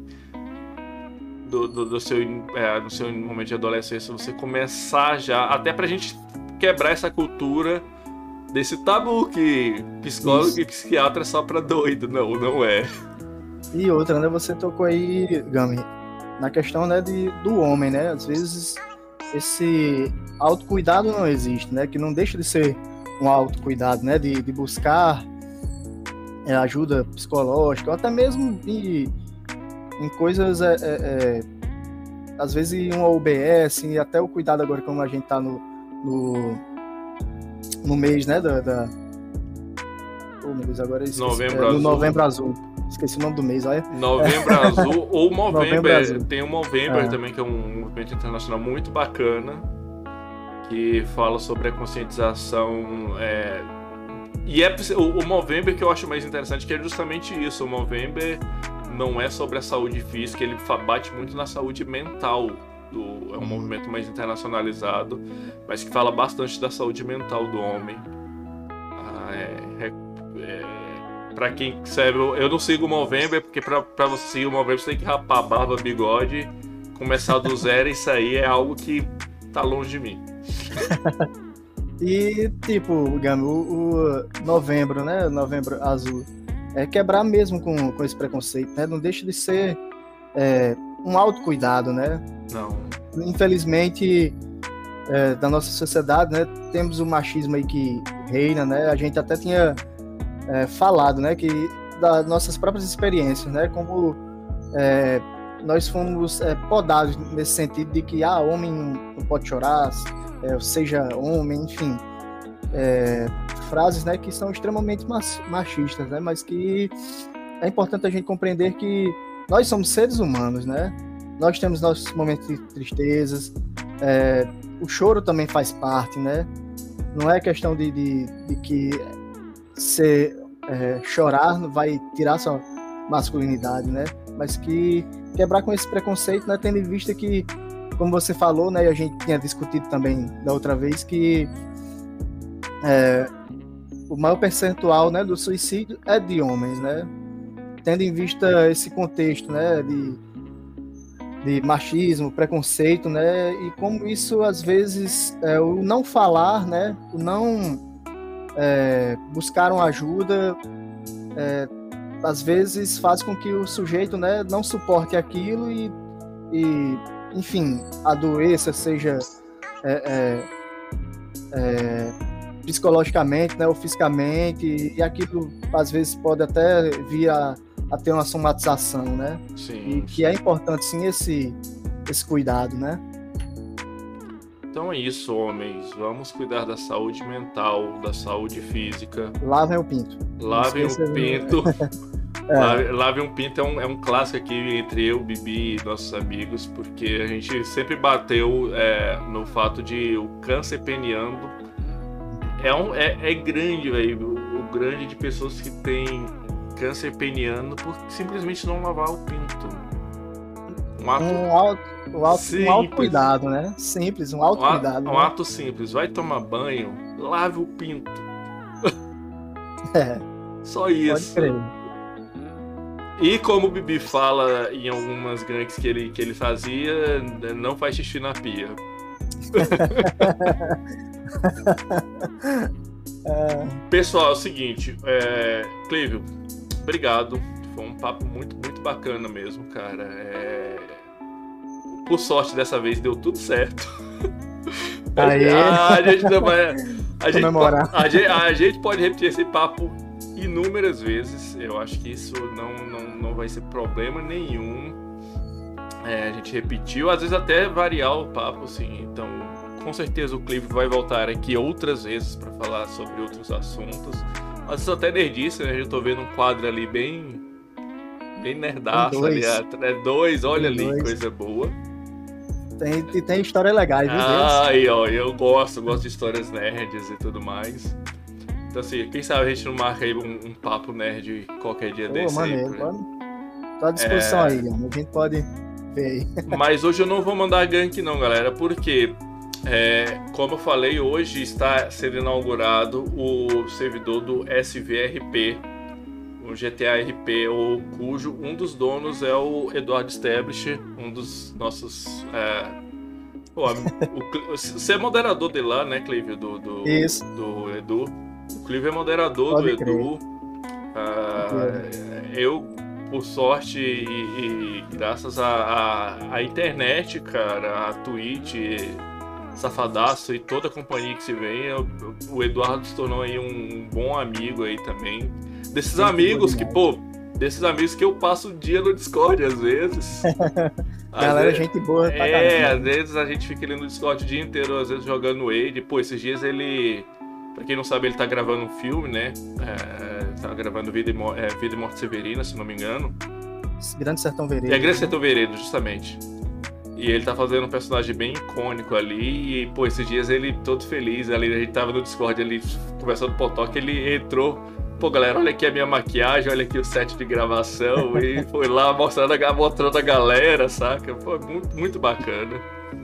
no seu momento de adolescência, você começar já, até pra gente quebrar essa cultura desse tabu que psicólogo e psiquiatra é só pra doido. Não é. E outra, né, você tocou aí, Gami, na questão, né, do homem, né, às vezes esse autocuidado não existe, né, que não deixa de ser um autocuidado, né, de buscar ajuda psicológica, ou até mesmo em coisas, às vezes em uma UBS, e até o cuidado agora, como a gente tá no mês, né, oh, meu Deus, agora Novembro Novembro Azul. Esqueci o nome do mês, olha. Novembro Azul ou Novembro Azul. Tem o Movember também, que é um movimento internacional muito bacana, que fala sobre a conscientização. O Movember que eu acho mais interessante, que é justamente isso. O Movember não é sobre a saúde física, ele bate muito na saúde mental. É um movimento mais internacionalizado, mas que fala bastante da saúde mental do homem. Pra quem serve, eu não sigo o Movember, porque pra você seguir o Movember você tem que rapar barba, bigode, começar do zero. Isso aí é algo que tá longe de mim. E, tipo, Gami, o novembro, né? Novembro azul. É quebrar mesmo com esse preconceito, né? Não deixa de ser um autocuidado, né? Não. Infelizmente, da nossa sociedade, né? Temos o machismo aí que reina, né? A gente até tinha falado, né? Que das nossas próprias experiências, né? Como nós fomos podados nesse sentido de que homem não pode chorar, seja homem, enfim, frases, né, que são extremamente machistas, né, mas que é importante a gente compreender que nós somos seres humanos, né, nós temos nossos momentos de tristezas, o choro também faz parte, né, não é questão de que chorar vai tirar sua masculinidade, né, mas que quebrar com esse preconceito, né, tendo em vista que, como você falou, né, e a gente tinha discutido também da outra vez, que o maior percentual, né, do suicídio é de homens, né, tendo em vista esse contexto, né, de machismo, preconceito, né, e como isso, às vezes, o não falar, né, o não buscar uma ajuda, às vezes faz com que o sujeito, né, não suporte aquilo e enfim, adoeça, seja psicologicamente, né, ou fisicamente, e aquilo às vezes pode até vir a ter uma somatização, né? Sim. E que é importante, sim, esse cuidado, né? Então é isso, homens. Vamos cuidar da saúde mental, da saúde física. Lavem o pinto. Lavem o pinto. Lavem um pinto é um clássico aqui entre eu, Bibi e nossos amigos, porque a gente sempre bateu no fato de o câncer peniano é grande, velho. O grande de pessoas que tem câncer peniano por simplesmente não lavar o pinto. Um autocuidado, né? Simples, um autocuidado. Um ato simples. Vai tomar banho, lave o pinto. Só isso. Pode crer. E como o Bibi fala em algumas gangues que ele fazia, não faz xixi na pia. Pessoal, é o seguinte, Clívio, obrigado. Foi um papo muito, muito bacana mesmo, cara. Por sorte, dessa vez deu tudo certo. A gente não vai. A gente pode repetir esse papo inúmeras vezes. Eu acho que isso não vai ser problema nenhum. A gente repetiu, às vezes até variar o papo, assim. Então, com certeza o Clívio vai voltar aqui outras vezes para falar sobre outros assuntos. Às vezes até nerdice, né? Eu tô vendo um quadro ali bem nerdaço ali. Olha ali, coisa boa. Tem história legais, viu? Aí, ó, eu gosto de histórias nerds e tudo mais. Então, assim, quem sabe a gente não marca aí um papo nerd qualquer dia desse maneiro, aí. Tô à disposição aí, a gente pode ver aí. Mas hoje eu não vou mandar gank não, galera, porque, como eu falei, hoje está sendo inaugurado o servidor do SVRP, o GTA RP, cujo um dos donos é o Eduardo Stablish, um dos nossos... você é moderador de lá, né, Clívio? Isso. Do Edu. O Clívio é moderador do Edu. Eu, por sorte e graças à internet, cara, a Twitch, Safadaço e toda a companhia que se vem, o Eduardo se tornou aí um bom amigo aí também. Desses amigos que eu passo o dia no Discord às vezes. Galera, gente boa pra caramba. Às vezes a gente fica ali no Discord o dia inteiro, às vezes jogando Wade. Esses dias ele... Pra quem não sabe, ele tá gravando um filme, né? Tá gravando Vida e Morte Severina, se não me engano. Grande Sertão Veredo. Grande Sertão Veredo, justamente. E ele tá fazendo um personagem bem icônico ali. E, esses dias ele todo feliz. Ali, a gente tava no Discord ali, conversando com o Potok, ele entrou... galera, olha aqui a minha maquiagem, olha aqui o set de gravação. E foi lá mostrando a galera, saca? Foi muito, muito bacana.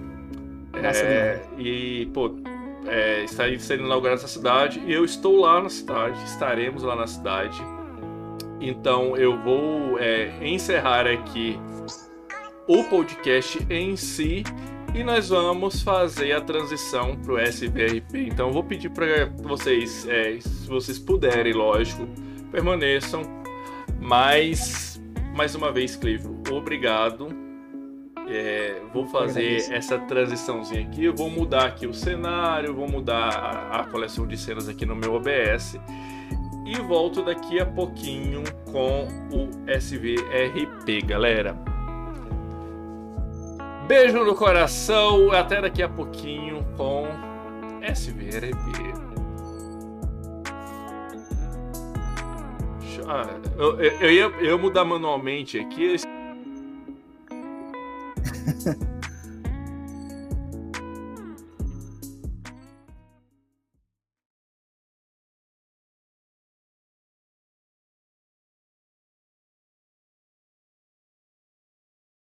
Está sendo inaugurada essa cidade e eu estou lá na cidade, estaremos lá na cidade. Então eu vou encerrar aqui o podcast em si E nós vamos fazer a transição para o SVRP. Então eu vou pedir para vocês, se vocês puderem, lógico, permaneçam. Mas, mais uma vez, Clivio, obrigado. Vou fazer essa transiçãozinha aqui. Eu vou mudar aqui o cenário, vou mudar a coleção de cenas aqui no meu OBS. E volto daqui a pouquinho com o SVRP, galera. Beijo no coração, até daqui a pouquinho com SVRP. Eu ia mudar manualmente aqui.